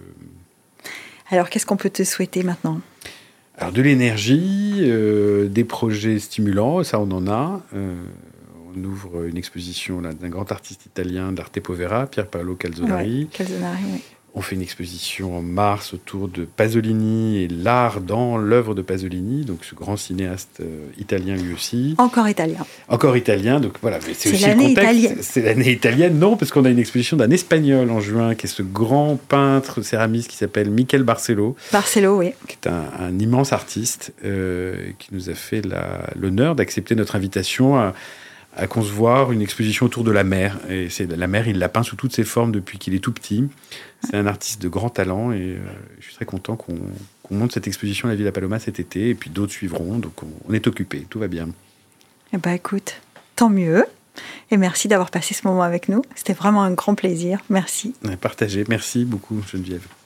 Alors, qu'est-ce qu'on peut te souhaiter maintenant? Alors, de l'énergie, euh, des projets stimulants, ça, on en a. Euh, on ouvre une exposition là, d'un grand artiste italien d'Arte Povera, Pier Paolo Calzonari. Ouais, Calzonari, oui. On fait une exposition en mars autour de Pasolini et l'art dans l'œuvre de Pasolini, donc ce grand cinéaste euh, italien lui aussi. Encore italien. Encore italien, donc voilà. Mais c'est, c'est aussi l'année le contexte. Italienne. C'est l'année italienne, non, parce qu'on a une exposition d'un Espagnol en juin, qui est ce grand peintre céramiste qui s'appelle Miquel Barcelo. Barcelo, oui. Qui est un, un immense artiste, euh, qui nous a fait la, l'honneur d'accepter notre invitation à, à concevoir une exposition autour de la mer. Et c'est, la mer, il la peint sous toutes ses formes depuis qu'il est tout petit. C'est un artiste de grand talent et euh, je suis très content qu'on, qu'on monte cette exposition à la Villa Paloma cet été et puis d'autres suivront. Donc on, on est occupé, tout va bien. Eh ben écoute, tant mieux. Et merci d'avoir passé ce moment avec nous. C'était vraiment un grand plaisir. Merci. Partagé. Merci beaucoup, Geneviève.